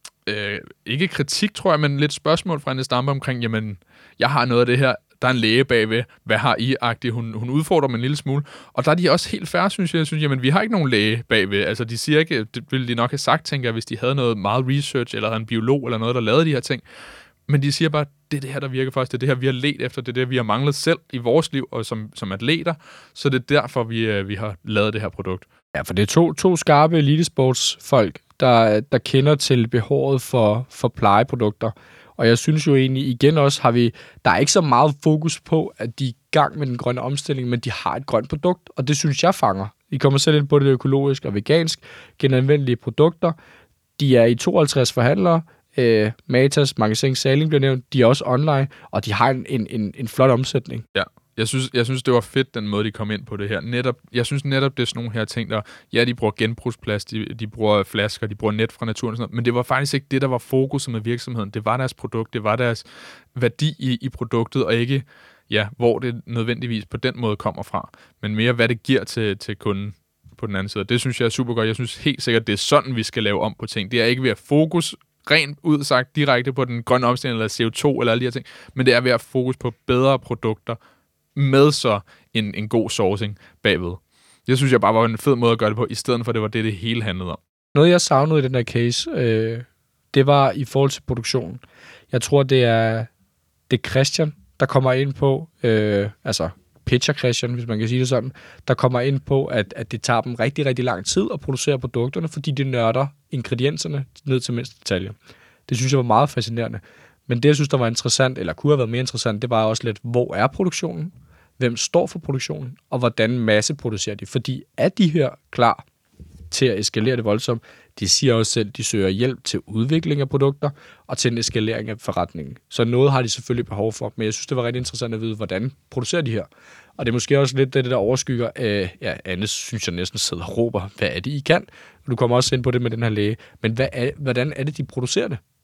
øh, ikke kritik, tror jeg, men lidt spørgsmål fra Anne Stampe omkring, jamen, jeg har noget af det her, der er en læge bagved, hvad har I-agtigt? Hun, hun udfordrer mig en lille smule, og der er de også helt fair, synes jeg. Jeg synes, jamen, vi har ikke nogen læge bagved. Altså, de siger ikke, det ville de nok have sagt, tænker jeg, hvis de havde noget meget research, eller en biolog, eller noget, der lavede de her ting. Men de siger bare, det er det her, der virker for os. Det er det her, vi har let efter. Det er det, vi har manglet selv i vores liv, og som, som atleter. Så det er derfor, vi, vi har lavet det her produkt. Ja, for det er to, to skarpe elitesportsfolk, der, der kender til behovet for, for plejeprodukter. Og jeg synes jo egentlig, igen også, har vi, der er ikke så meget fokus på, at de er i gang med den grønne omstilling, men de har et grønt produkt, og det synes jeg fanger. I kommer selv ind på det økologisk og vegansk, genanvendelige produkter. De er i tooghalvtreds forhandlere. Øh, Matas, Magasin Salling bliver nævnt. De er også online, og de har en, en, en, en flot omsætning. Ja. Jeg synes, jeg synes, det var fedt, den måde, de kom ind på det her. Netop, jeg synes netop, det er sådan nogle her ting, der... Ja, de bruger genbrugsplast, de, de bruger flasker, de bruger net fra naturen og sådan noget, men det var faktisk ikke det, der var fokuset med virksomheden. Det var deres produkt, det var deres værdi i, i produktet, og ikke, ja, hvor det nødvendigvis på den måde kommer fra, men mere, hvad det giver til, til kunden på den anden side. Det synes jeg er super godt. Jeg synes helt sikkert, det er sådan, vi skal lave om på ting. Det er ikke ved at fokus rent udsagt direkte på den grønne omstilling, eller C O to, eller alle de her ting, men det er ved at fokus på bedre produkter, med så en, en god sourcing bagved. Det synes jeg bare var en fed måde at gøre det på, i stedet for, det var det, det hele handlede om. Noget, jeg savnede i den her case, øh, det var i forhold til produktionen. Jeg tror, det er, det er Christian, der kommer ind på, øh, altså pitcher Christian, hvis man kan sige det sådan, der kommer ind på, at, at det tager dem rigtig, rigtig lang tid at producere produkterne, fordi de nørder ingredienserne ned til mindste detalje. Det synes jeg var meget fascinerende. Men det, jeg synes, der var interessant, eller kunne have været mere interessant, det var også lidt, hvor er produktionen? Hvem står for produktionen? Og hvordan masseproducerer de? Fordi er de her klar til at eskalere det voldsomt? De siger også selv, at de søger hjælp til udvikling af produkter og til en eskalering af forretningen. Så noget har de selvfølgelig behov for, men jeg synes, det var rigtig interessant at vide, hvordan producerer de her? Og det er måske også lidt det, der overskygger. Øh, ja, Anne synes jeg næsten sidder og råber, hvad er det, I kan? Du kommer også ind på det med den her læge. Men hvad er, hvordan er det, de producerer det?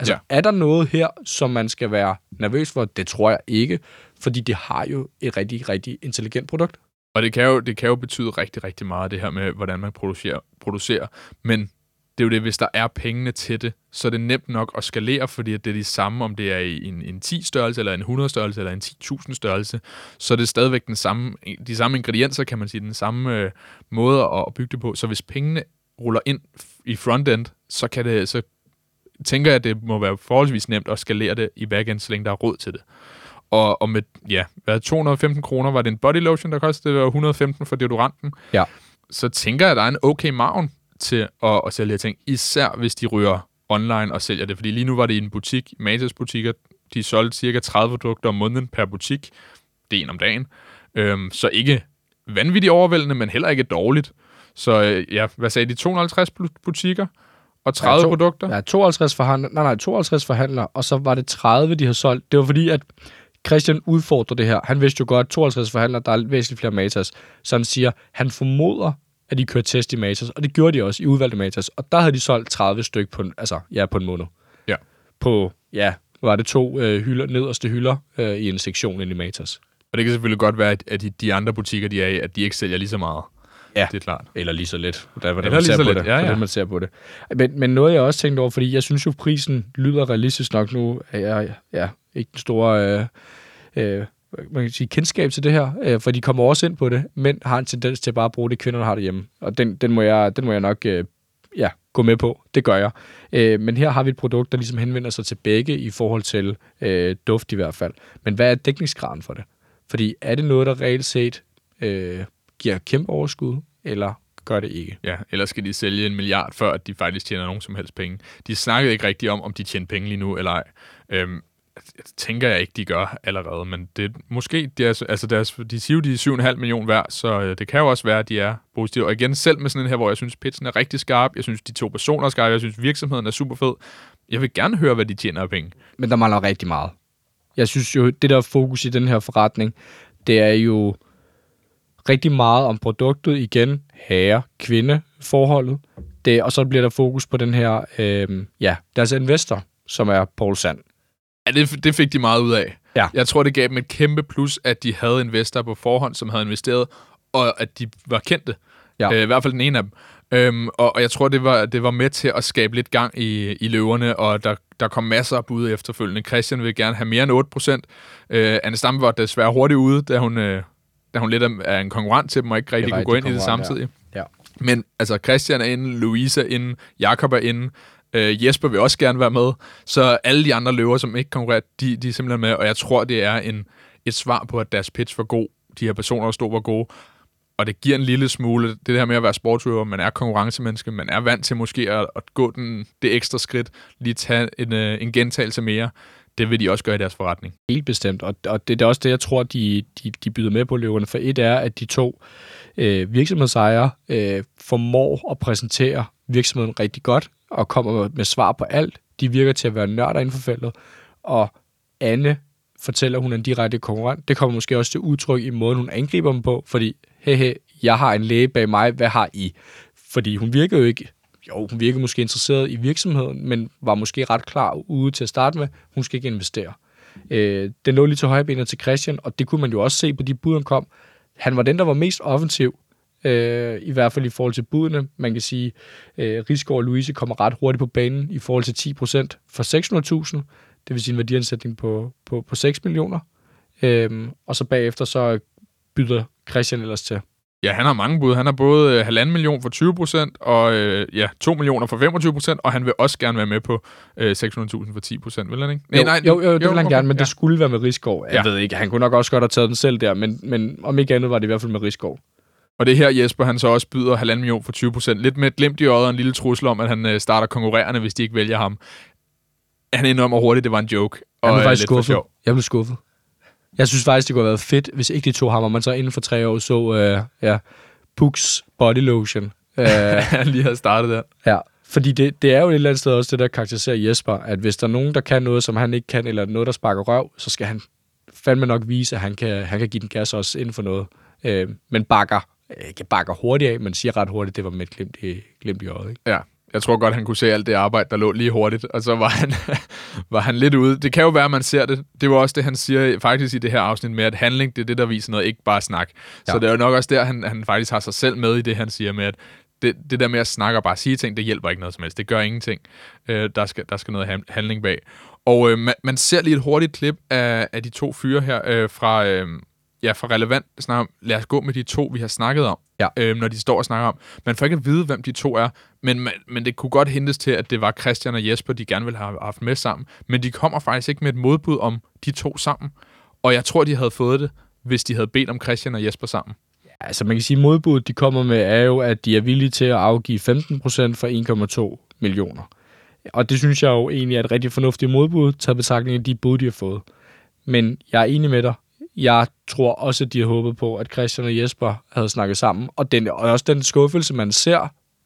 Altså, Ja. er der noget her, som man skal være nervøs for? Det tror jeg ikke, fordi det har jo et rigtig, rigtig intelligent produkt. Og det kan, jo, det kan jo betyde rigtig, rigtig meget, det her med, hvordan man producerer. producerer. Men det er jo det, hvis der er pengene til det, så er det nemt nok at skalere, fordi det er de samme, om det er i en, en ti-størrelse, eller en hundrede-størrelse, eller en ti tusind størrelse, så er det stadigvæk den samme, de samme ingredienser, kan man sige, den samme øh, måde at bygge det på. Så hvis pengene ruller ind i frontend, så kan det, så tænker jeg, at det må være forholdsvis nemt at skalere det i backend, så længe der er råd til det. Og, og med, ja, hvad, to hundrede og femten kroner var det en body lotion, der kostede, det var et hundrede og femten for deodoranten. Ja. Så tænker jeg, at der er en okay margen til at, at sælge ting, især hvis de ryger online og sælger det. Fordi lige nu var det i en butik, Matas butikker, de solgte cirka tredive produkter om måneden per butik. Det er en om dagen. Øhm, så ikke vanvittigt overvældende, men heller ikke dårligt. Så øh, ja, hvad sagde de? to hundrede og halvtreds butikker og tredive ja, to, produkter? Ja, tooghalvtreds forhandlere, nej, nej, tooghalvtreds forhandlere, og så var det tredive, de har solgt. Det var fordi, at Christian udfordrer det her. Han vidste jo godt, tooghalvtreds forhandlere, der er væsentligt flere Matas. Så han siger, han formoder, at de kører test i Matas, og det gjorde de også i udvalgte Matas. Og der havde de solgt tredive styk på en, altså, ja, på en måned. Ja. På, ja, var det to øh, hylder, nederste hylder øh, i en sektion inde i Matas. Og det kan selvfølgelig godt være, at de, de andre butikker, de er i, at de ikke sælger lige så meget. Ja, det er klart. Eller lige så lidt, hvordan Eller man lige ser så på lidt, det. ja, ja. Hvordan man ser på det. Men, men noget, jeg også tænkte over, fordi jeg synes jo, prisen lyder realistisk nok nu, er jeg ja, ikke den store øh, øh, man kan sige, kendskab til det her, øh, for de kommer også ind på det. Mænd har en tendens til at bare bruge det, kvinderne har det hjemme. Og den, den, må, jeg, den må jeg nok øh, ja, gå med på. Det gør jeg. Øh, men her har vi et produkt, der ligesom henvender sig til begge i forhold til øh, duft i hvert fald. Men hvad er dækningsgraden for det? Fordi er det noget, der reelt set øh, giver kæmpe overskud, eller gør det ikke? Ja, ellers skal de sælge en milliard, før at de faktisk tjener nogen som helst penge. De snakkede ikke rigtigt om, om de tjener penge lige nu, eller ej. Øhm, det tænker jeg ikke, de gør allerede, men det måske, de, er, altså deres, de siger jo, de er syv komma fem millioner værd, så øh, det kan jo også være, at de er positive. Og igen, selv med sådan en her, hvor jeg synes, pitchen er rigtig skarp, jeg synes, de to personer er skarpe, jeg synes, virksomheden er super fed. Jeg vil gerne høre, hvad de tjener af penge. Men der mangler rigtig meget. Jeg synes jo, det der fokus i den her forretning, det er jo rigtig meget om produktet igen, herre-kvinde-forholdet. Det, og så bliver der fokus på den her, øh, ja, deres investor, som er Poul Sand. Ja, det, det fik de meget ud af. Ja. Jeg tror, det gav dem et kæmpe plus, at de havde investorer på forhånd, som havde investeret, og at de var kendte. Ja. Øh, I hvert fald den ene af dem. Øhm, og, og jeg tror, det var, det var med til at skabe lidt gang i, i løverne, og der, der kom masser af bud efterfølgende. Christian ville gerne have mere end otte procent. Øh, Anne Stamme var desværre hurtigt ude, da hun, øh, da hun lidt er en konkurrent til dem, og ikke rigtig kunne gå ind i det samtidig. Ja. Ja. Men altså, Christian er inde, Louise er inde, Jakob er inde, øh, Jesper vil også gerne være med, så alle de andre løver, som ikke konkurrerer, de, de er simpelthen med, og jeg tror, det er en, et svar på, at deres pitch var god, de her personer, der stod, var gode, og det giver en lille smule, det her med at være sportsøver, man er konkurrencemenneske, man er vant til måske at, at gå den, det ekstra skridt, lige tage en, en gentagelse mere. Det vil de også gøre i deres forretning. Helt bestemt, og, og det er også det, jeg tror, de, de, de byder med på løverne. For et er, at de to øh, virksomhedsejere øh, formår at præsentere virksomheden rigtig godt, og kommer med svar på alt. De virker til at være nørder inden for feltet, og Anne fortæller, hun er en direkte konkurrent. Det kommer måske også til udtryk i måden, hun angriber dem på, fordi, hehe, jeg har en læge bag mig, hvad har I? Fordi hun virker jo ikke, jo, hun virker måske interesseret i virksomheden, men var måske ret klar ude til at starte med, hun skal ikke investere. Øh, den lå lige til højrebenet til Christian, og det kunne man jo også se på de bud, han kom. Han var den, der var mest offensiv, øh, i hvert fald i forhold til budene. Man kan sige, øh, Risgaard og Louise kommer ret hurtigt på banen i forhold til ti procent for seks hundrede tusind. Det vil sige en værdiansætning på, på, på seks millioner. Øhm, og så bagefter så byder Christian ellers til. Ja, han har mange bud. Han har både øh, halvanden million for tyve procent, og øh, ja, to millioner for femogtyve procent, og han vil også gerne være med på øh, seks hundrede tusind for ti procent, vil han ikke? Nej, jo, nej, jo, jo, det jo, vil han okay, gerne, men ja. Det skulle være med Risgaard. Jeg ja. ved ikke, han kunne nok også godt have taget den selv der, men, men om ikke andet var det i hvert fald med Risgaard. Og det her Jesper, han så også byder halvanden million for tyve procent. Lidt med et glimt i øjet og en lille trussel om, at han øh, starter konkurrerende, hvis de ikke vælger ham. Han indrømmer hurtigt, det var en joke. Og jeg blev faktisk lidt skuffet. Jeg blev skuffet. Jeg synes faktisk, det kunne have været fedt, hvis ikke de to ham, og man så inden for tre år så øh, ja, Pugs Body Lotion. Han lige havde startet der. Ja, fordi det, det er jo et eller andet sted også det, der karakteriserer Jesper, at hvis der er nogen, der kan noget, som han ikke kan, eller noget, der sparker røv, så skal han fandme nok vise, at han kan, han kan give den gas også inden for noget. Øh, men bakker, ikke bakker hurtigt af, men siger ret hurtigt, det var med et glimt i, glimt i øjet. Ikke? Ja. Jeg tror godt, han kunne se alt det arbejde, der lå lige hurtigt, og så var han, var han lidt ude. Det kan jo være, at man ser det. Det var også det, han siger faktisk i det her afsnit med, at handling, det er det, der viser noget, ikke bare snak. Ja. Så det er jo nok også der, han, han faktisk har sig selv med i det, han siger med, at det, det der med at snakke og bare sige ting, det hjælper ikke noget som helst. Det gør ingenting. Øh, der, skal, der skal noget handling bag. Og øh, man, man ser lige et hurtigt klip af, af de to fyre her øh, fra... Øh, Ja, for relevant snakker om, lad os gå med de to, vi har snakket om, ja. øhm, når de står og snakker om. Man får ikke at vide, hvem de to er, men, man, men det kunne godt hintes til, at det var Christian og Jesper, de gerne ville have haft med sammen. Men de kommer faktisk ikke med et modbud om de to sammen. Og jeg tror, de havde fået det, hvis de havde bedt om Christian og Jesper sammen. Ja, altså man kan sige, at modbuddet, de kommer med, er jo, at de er villige til at afgive femten procent for en komma to millioner. Og det synes jeg jo egentlig er et rigtig fornuftigt modbud, taget betragtning af de bud, de har fået. Men jeg er enig med dig. Jeg tror også, at de har håbet på, at Christian og Jesper havde snakket sammen. Og, den, og også den skuffelse, man ser,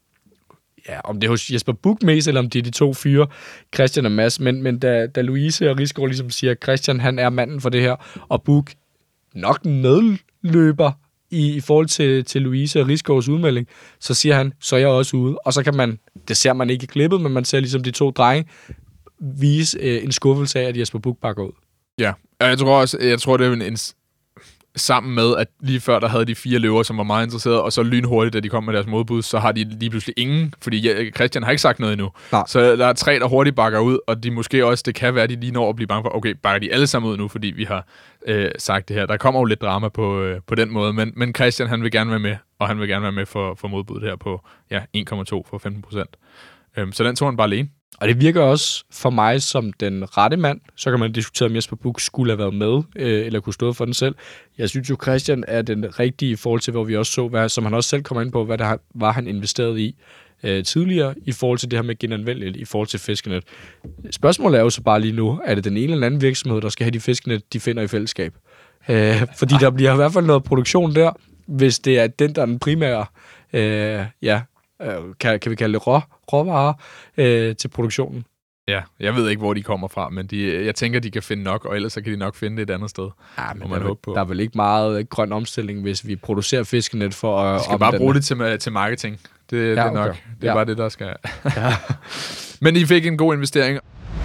ja, om det er hos Jesper Buch mest, eller om det er de to fyre, Christian og Mads. Men, men da, da Louise og Risgaard ligesom siger, at Christian han er manden for det her, og Buch nok medløber i, i forhold til, til Louise og Risgaards udmelding, så siger han, så er jeg også ude. Og så kan man, det ser man ikke i klippet, men man ser ligesom de to drenge vise øh, en skuffelse af, at Jesper Buch bakker ud. Ja, jeg tror også, jeg tror det er en, en sammen med, at lige før der havde de fire løver, som var meget interesserede, og så lynhurtigt, da de kom med deres modbud, så har de lige pludselig ingen, fordi Christian har ikke sagt noget endnu. Nej. Så der er tre, der hurtigt bakker ud, og de måske også, det kan være, at de lige når at blive bange for, okay, bakker de alle sammen ud nu, fordi vi har øh, sagt det her. Der kommer jo lidt drama på, øh, på den måde, men, men Christian, han vil gerne være med, og han vil gerne være med for, for modbuddet her på ja, en komma to for femten procent. Øhm, så den tog han bare alene. Og det virker også for mig som den rette mand. Så kan man diskutere, om Jesper Buch skulle have været med, øh, eller kunne stå for den selv. Jeg synes jo, Christian er den rigtige i forhold til, hvor vi også så, hvad, som han også selv kommer ind på, hvad der var han investeret i øh, tidligere, i forhold til det her med genanvendeligt, i forhold til fiskenet. Spørgsmålet er jo så bare lige nu, er det den ene eller anden virksomhed, der skal have de fiskenet, de finder i fællesskab? Øh, fordi der bliver i hvert fald noget produktion der, hvis det er den, der er den primære, øh, ja, Kan, kan vi kalde det rå, råvarer øh, til produktionen. Ja, jeg ved ikke, hvor de kommer fra, men de, jeg tænker, de kan finde nok, og ellers så kan de nok finde det et andet sted. Ja, men man der, på. der er vel ikke meget grøn omstilling, hvis vi producerer fiskenet for at... Vi skal bare bruge det til, til marketing. Det, ja, det er nok. Okay. Det er ja. bare det, der skal... Ja. Men I fik en god investering.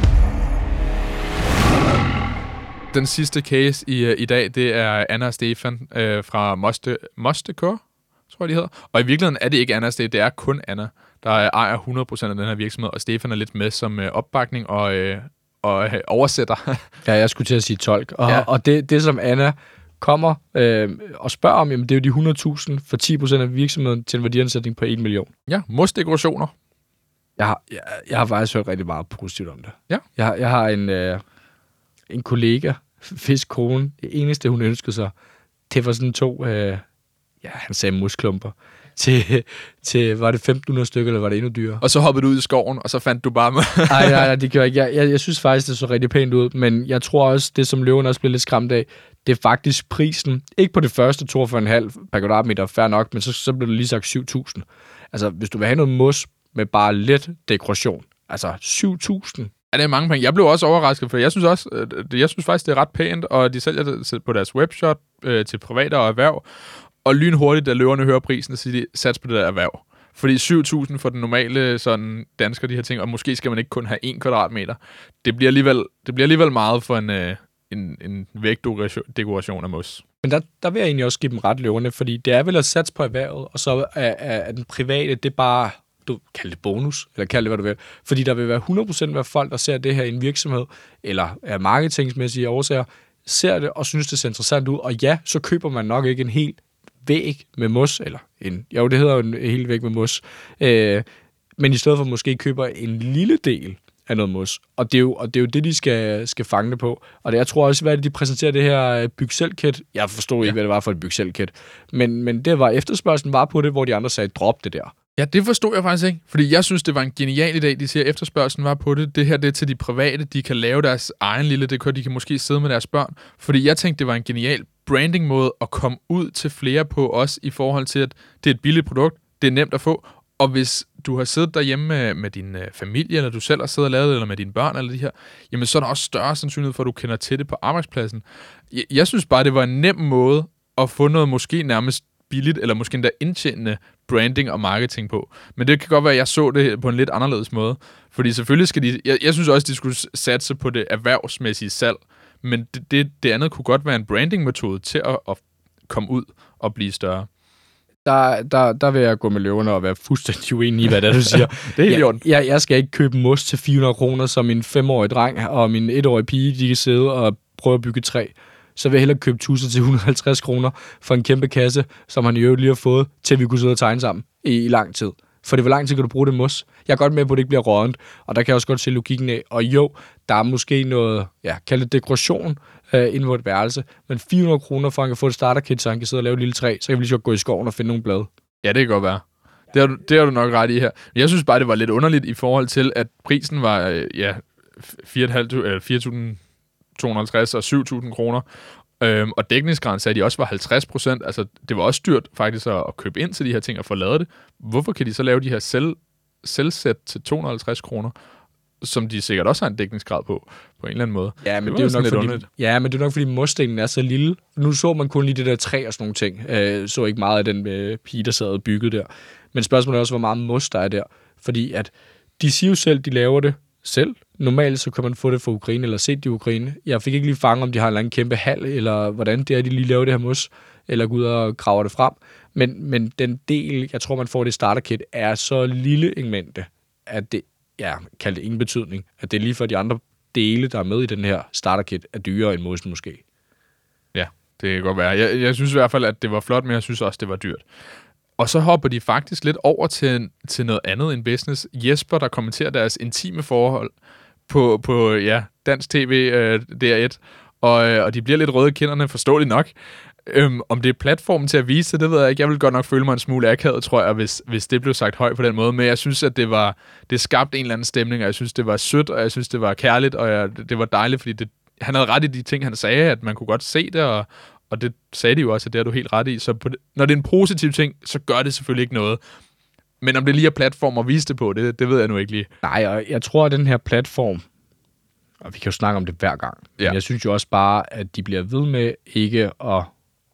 Den sidste case i, i dag, det er Anna og Stefan øh, fra Moste, Mostekør, tror jeg, de hedder. Og i virkeligheden er det ikke Anna, det er kun Anna, der ejer hundrede procent af den her virksomhed, og Stefan er lidt med som øh, opbakning og, øh, og øh, oversætter. Ja, jeg skulle til at sige tolk. Og, ja. og det, det, som Anna kommer øh, og spørger om, jamen, det er jo de hundrede tusind for ti procent af virksomheden til en værdiansætning på en million. Ja, mosdekorationer. Jeg har, jeg, jeg har faktisk hørt rigtig meget positivt om det. Ja. Jeg, jeg har en, øh, en kollega, fiskkone, det eneste, hun ønskede sig, det var sådan to... Øh, ja, han sagde musklumper, til, til var det femten hundrede stykker, eller var det endnu dyrere? Og så hoppede du ud i skoven, og så fandt du bare med. Nej, nej, nej, det gjorde jeg ikke. Jeg, jeg, jeg synes faktisk, det så rigtig pænt ud, men jeg tror også, det som løven også blev lidt skræmt af, det er faktisk prisen, ikke på det første toogfyrre komma fem per kvadratmeter, fair nok, men så, så blev det lige sagt syv tusind. Altså, hvis du vil have noget mos med bare lidt dekoration, altså syv tusind. Ja, det er mange penge. Jeg blev også overrasket, for jeg synes også, jeg synes faktisk, det er ret pænt, og de sælger det på deres webshop øh, til private og erhverv. Og lynhurtigt, da løverne hører prisen, så siger de, sats på det der erhverv. Fordi syv tusind for den normale sådan, dansker, de her ting, og måske skal man ikke kun have en kvadratmeter. Det bliver alligevel, det bliver alligevel meget for en, øh, en, en vægdekoration af mos. Men der, der vil jeg egentlig også give dem ret løverne, fordi det er vel at satse på erhvervet, og så er, er den private, det er bare, du kalder det bonus, eller kald det, hvad du vil. Fordi der vil være hundrede procent af folk, der ser det her i en virksomhed, eller er marketingsmæssige årsager, ser det og synes, det ser interessant ud. Og ja, så køber man nok ikke en helt væg med mos, eller en, jo, det hedder jo en hel væg med mos, øh, men i stedet for måske køber en lille del af noget mos. Og det er jo, og det, er jo det, de skal, skal fange det på. Og det, jeg tror også, hvad det, de præsenterer det her byg selv kit. Jeg forstod ikke, ja. hvad det var for et byg selv kit. Men, men det var efterspørgselen var på det, hvor de andre sagde, drop det der. Ja, det forstod jeg faktisk ikke. Fordi jeg synes, det var en genial idé. De siger, efterspørgselen var på det. Det her, det er til de private. De kan lave deres egen lille dekor. De kan måske sidde med deres børn. Fordi jeg tænkte, det var en genial branding-måde at komme ud til flere på os i forhold til, at det er et billigt produkt. Det er nemt at få. Og hvis du har siddet derhjemme med, med din øh, familie, eller du selv har siddet og lavet det, eller med dine børn, eller de her, jamen så er der også større sandsynlighed for, at du kender til det på arbejdspladsen. Jeg, jeg synes bare, det var en nem måde at få noget måske nærmest billigt, eller måske endda indtjenende branding og marketing på. Men det kan godt være, at jeg så det på en lidt anderledes måde. Fordi selvfølgelig skal de... Jeg, jeg synes også, de skulle satse på det erhvervsmæssige salg. Men det, det, det andet kunne godt være en branding-metode til at, at komme ud og blive større. Der, der, der vil jeg gå med løverne og være fuldstændig uenig i, hvad det er, du siger. Det er helt jeg, jeg, jeg skal ikke købe mos til fire hundrede kroner, som min femårige dreng og min etårige pige, de kan sidde og prøve at bygge træ. Så vil jeg hellere købe tusser til et hundrede og halvtreds kroner for en kæmpe kasse, som han i øvrigt lige har fået, til vi kunne sidde og tegne sammen i, i lang tid. For det hvor lang tid kan du bruge det mos? Jeg er godt med på, at det ikke bliver rådent, og der kan jeg også godt se logikken af. Og jo, der er måske noget, ja, kaldt det dekoration øh, inden for et værelse, men fire hundrede kroner for, at han kan få et starterkit, så han kan sidde og lave et lille træ, så kan vi lige så gå i skoven og finde nogle blade. Ja, det kan godt være. Det har, du, det har du nok ret i her. Jeg synes bare, det var lidt underligt i forhold til, at prisen var øh, ja, fire tusind to hundrede og halvtreds og syv tusind kroner. Øhm, og dækningsgraden sagde de også var halvtreds procent. Altså, det var også dyrt faktisk at, at købe ind til de her ting og få lavet det. Hvorfor kan de så lave de her selv, selvsæt til to hundrede og halvtreds kroner, som de sikkert også har en dækningsgrad på, på en eller anden måde? Ja, men det, det, det er jo nok fordi, lidt ja, men det er nok fordi murstenen er så lille. Nu så man kun lige det der træ og sådan nogle ting. Øh, så ikke meget af den øh, pige, der sad og byggede der. Men spørgsmålet er også, hvor meget mos der er der. Fordi at de siger jo selv, de laver det selv. Normalt så kan man få det fra Ukraine, eller set det i Ukraine. Jeg fik ikke lige fanget, om de har en eller anden kæmpe hal, eller hvordan det er, de lige laver det her mos, eller går ud og graver det frem. Men, men den del, jeg tror, man får det starterkit, er så lille en mængde, at det, ja, kaldt det ingen betydning, at det er lige for de andre dele, der er med i den her starterkit, er dyrere end mosen måske. Ja, det kan godt være. Jeg, jeg synes i hvert fald, at det var flot, men jeg synes også, det var dyrt. Og så hopper de faktisk lidt over til, til noget andet end business. Jesper, der kommenterer deres intime forhold på, på ja, dansk tv, øh, D R et, og, øh, og de bliver lidt røde i kinderne, forståeligt nok. Øhm, om det er platformen til at vise det, det ved jeg ikke. Jeg vil godt nok føle mig en smule akavet, tror jeg, hvis, hvis det blev sagt højt på den måde. Men jeg synes, at det var det skabte en eller anden stemning, og jeg synes, det var sødt, og jeg synes, det var kærligt, og jeg, det var dejligt, fordi det, han havde ret i de ting, han sagde, at man kunne godt se det, og, og det sagde de jo også, at det har du helt ret i. Så på det, når det er en positiv ting, så gør det selvfølgelig ikke noget. Men om det lige er platform at vise det på, det, det ved jeg nu ikke lige. Nej, og jeg tror, at den her platform, og vi kan jo snakke om det hver gang, ja. Men jeg synes jo også bare, at de bliver ved med ikke at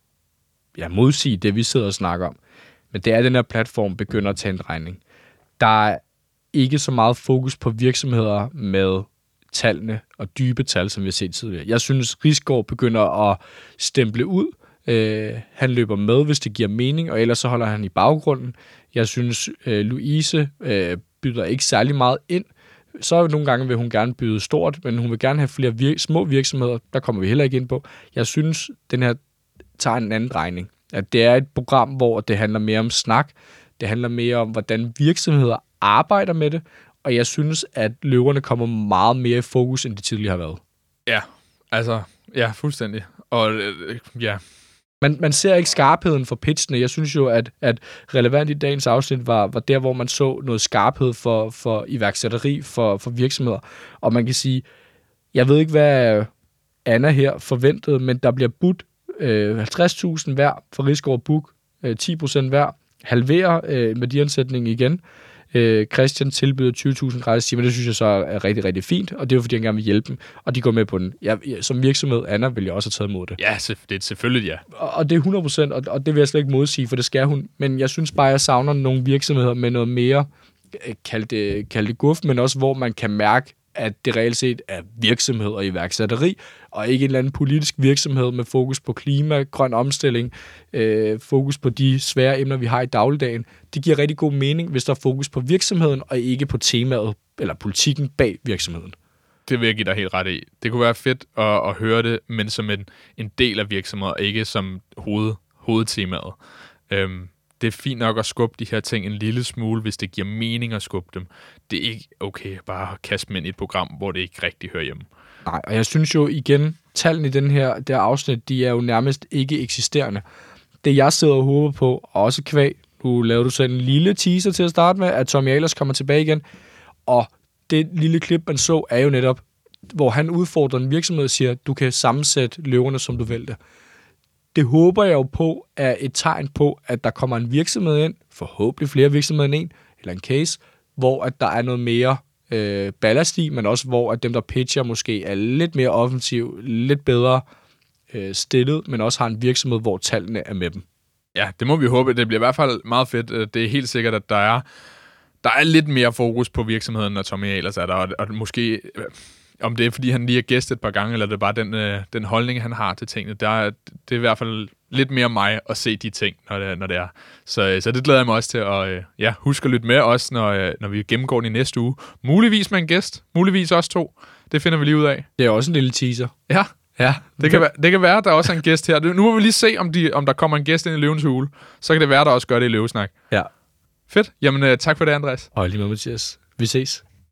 ja, modsige det, vi sidder og snakker om. Men det er, at den her platform begynder at tage en regning. Der er ikke så meget fokus på virksomheder med tallene og dybe tal, som vi har set tidligere. Jeg synes, Risgaard begynder at stemple ud. Øh, han løber med, hvis det giver mening, og ellers så holder han i baggrunden. Jeg synes, øh, Louise øh, byder ikke særlig meget ind. Så nogle gange vil hun gerne byde stort, men hun vil gerne have flere vir- små virksomheder. Der kommer vi heller ikke ind på. Jeg synes, den her tager en anden drejning. At det er et program, hvor det handler mere om snak. Det handler mere om, hvordan virksomheder arbejder med det. Og jeg synes, at løverne kommer meget mere i fokus, end de tidligere har været. Ja, altså, ja, fuldstændig. Og øh, ja... Man, man ser ikke skarpheden for pitchene. Jeg synes jo, at, at relevant i dagens afsnit var, var der, hvor man så noget skarphed for, for iværksætteri for, for virksomheder. Og man kan sige, jeg ved ikke, hvad Anna her forventede, men der bliver budt øh, halvtreds tusind hver for Risgaard Book, øh, ti procent hver, halverer øh, med de ansætning igen. Øh, Christian tilbyder tyve tusind gratis timer, det synes jeg så er rigtig, rigtig fint, og det er jo fordi, han gerne vil hjælpe dem, og de går med på den. Jeg, som virksomhed, Anna, vil jeg også have taget imod det. Ja, det er selvfølgelig, ja. Og, og det er hundrede procent, og, og det vil jeg slet ikke modsige, for det skal hun, men jeg synes bare, jeg savner nogle virksomheder med noget mere, kald det, kald det guf, men også hvor man kan mærke, at det reelt set er virksomhed og iværksætteri, og ikke en eller anden politisk virksomhed med fokus på klima, grøn omstilling, øh, fokus på de svære emner, vi har i dagligdagen. Det giver rigtig god mening, hvis der er fokus på virksomheden, og ikke på temaet eller politikken bag virksomheden. Det vil jeg give dig helt ret i. Det kunne være fedt at, at høre det, men som en, en del af virksomheden, og ikke som hoved, hovedtemaet. Øhm, det er fint nok at skubbe de her ting en lille smule, hvis det giver mening at skubbe dem. Det er ikke okay bare at kaste dem ind i et program, hvor det ikke rigtig hører hjemme. Nej, og jeg synes jo igen, tallene i den her, der afsnit, de er jo nærmest ikke eksisterende. Det jeg sidder og håber på, og også kvæg, nu laver du selv en lille teaser til at starte med, at Tommy Ahlers kommer tilbage igen, og det lille klip, man så, er jo netop, hvor han udfordrer en virksomhed og siger, du kan sammensætte løverne, som du vil det. Det håber jeg jo på er et tegn på, at der kommer en virksomhed ind, forhåbentlig flere virksomheder end en, eller en case, hvor at der er noget mere øh, ballast i, men også hvor at dem, der pitcher, måske er lidt mere offensiv, lidt bedre øh, stillet, men også har en virksomhed, hvor tallene er med dem. Ja, det må vi håbe. Det bliver i hvert fald meget fedt. Det er helt sikkert, at der er, der er lidt mere fokus på virksomheden, når Tommy Ahlers er der, og, og måske... Om det er, fordi han lige har gæstet et par gange, eller det er bare den, øh, den holdning, han har til tingene. Der er, det er i hvert fald lidt mere mig at se de ting, når det, når det er. Så, så det glæder jeg mig også til at øh, ja, huske at lytte med os, når, øh, når vi gennemgår den i næste uge. Muligvis med en gæst, muligvis også to. Det finder vi lige ud af. Det er også en lille teaser. Ja, ja. Det, kan være, det kan være, at der også er en gæst her. Nu må vi lige se, om, de, om der kommer en gæst ind i Løvens Hule. Så kan det være, der også gør det i Løvesnak. Ja. Fedt. Jamen, øh, tak for det, Andreas. Og lige med, Mathias. Vi ses.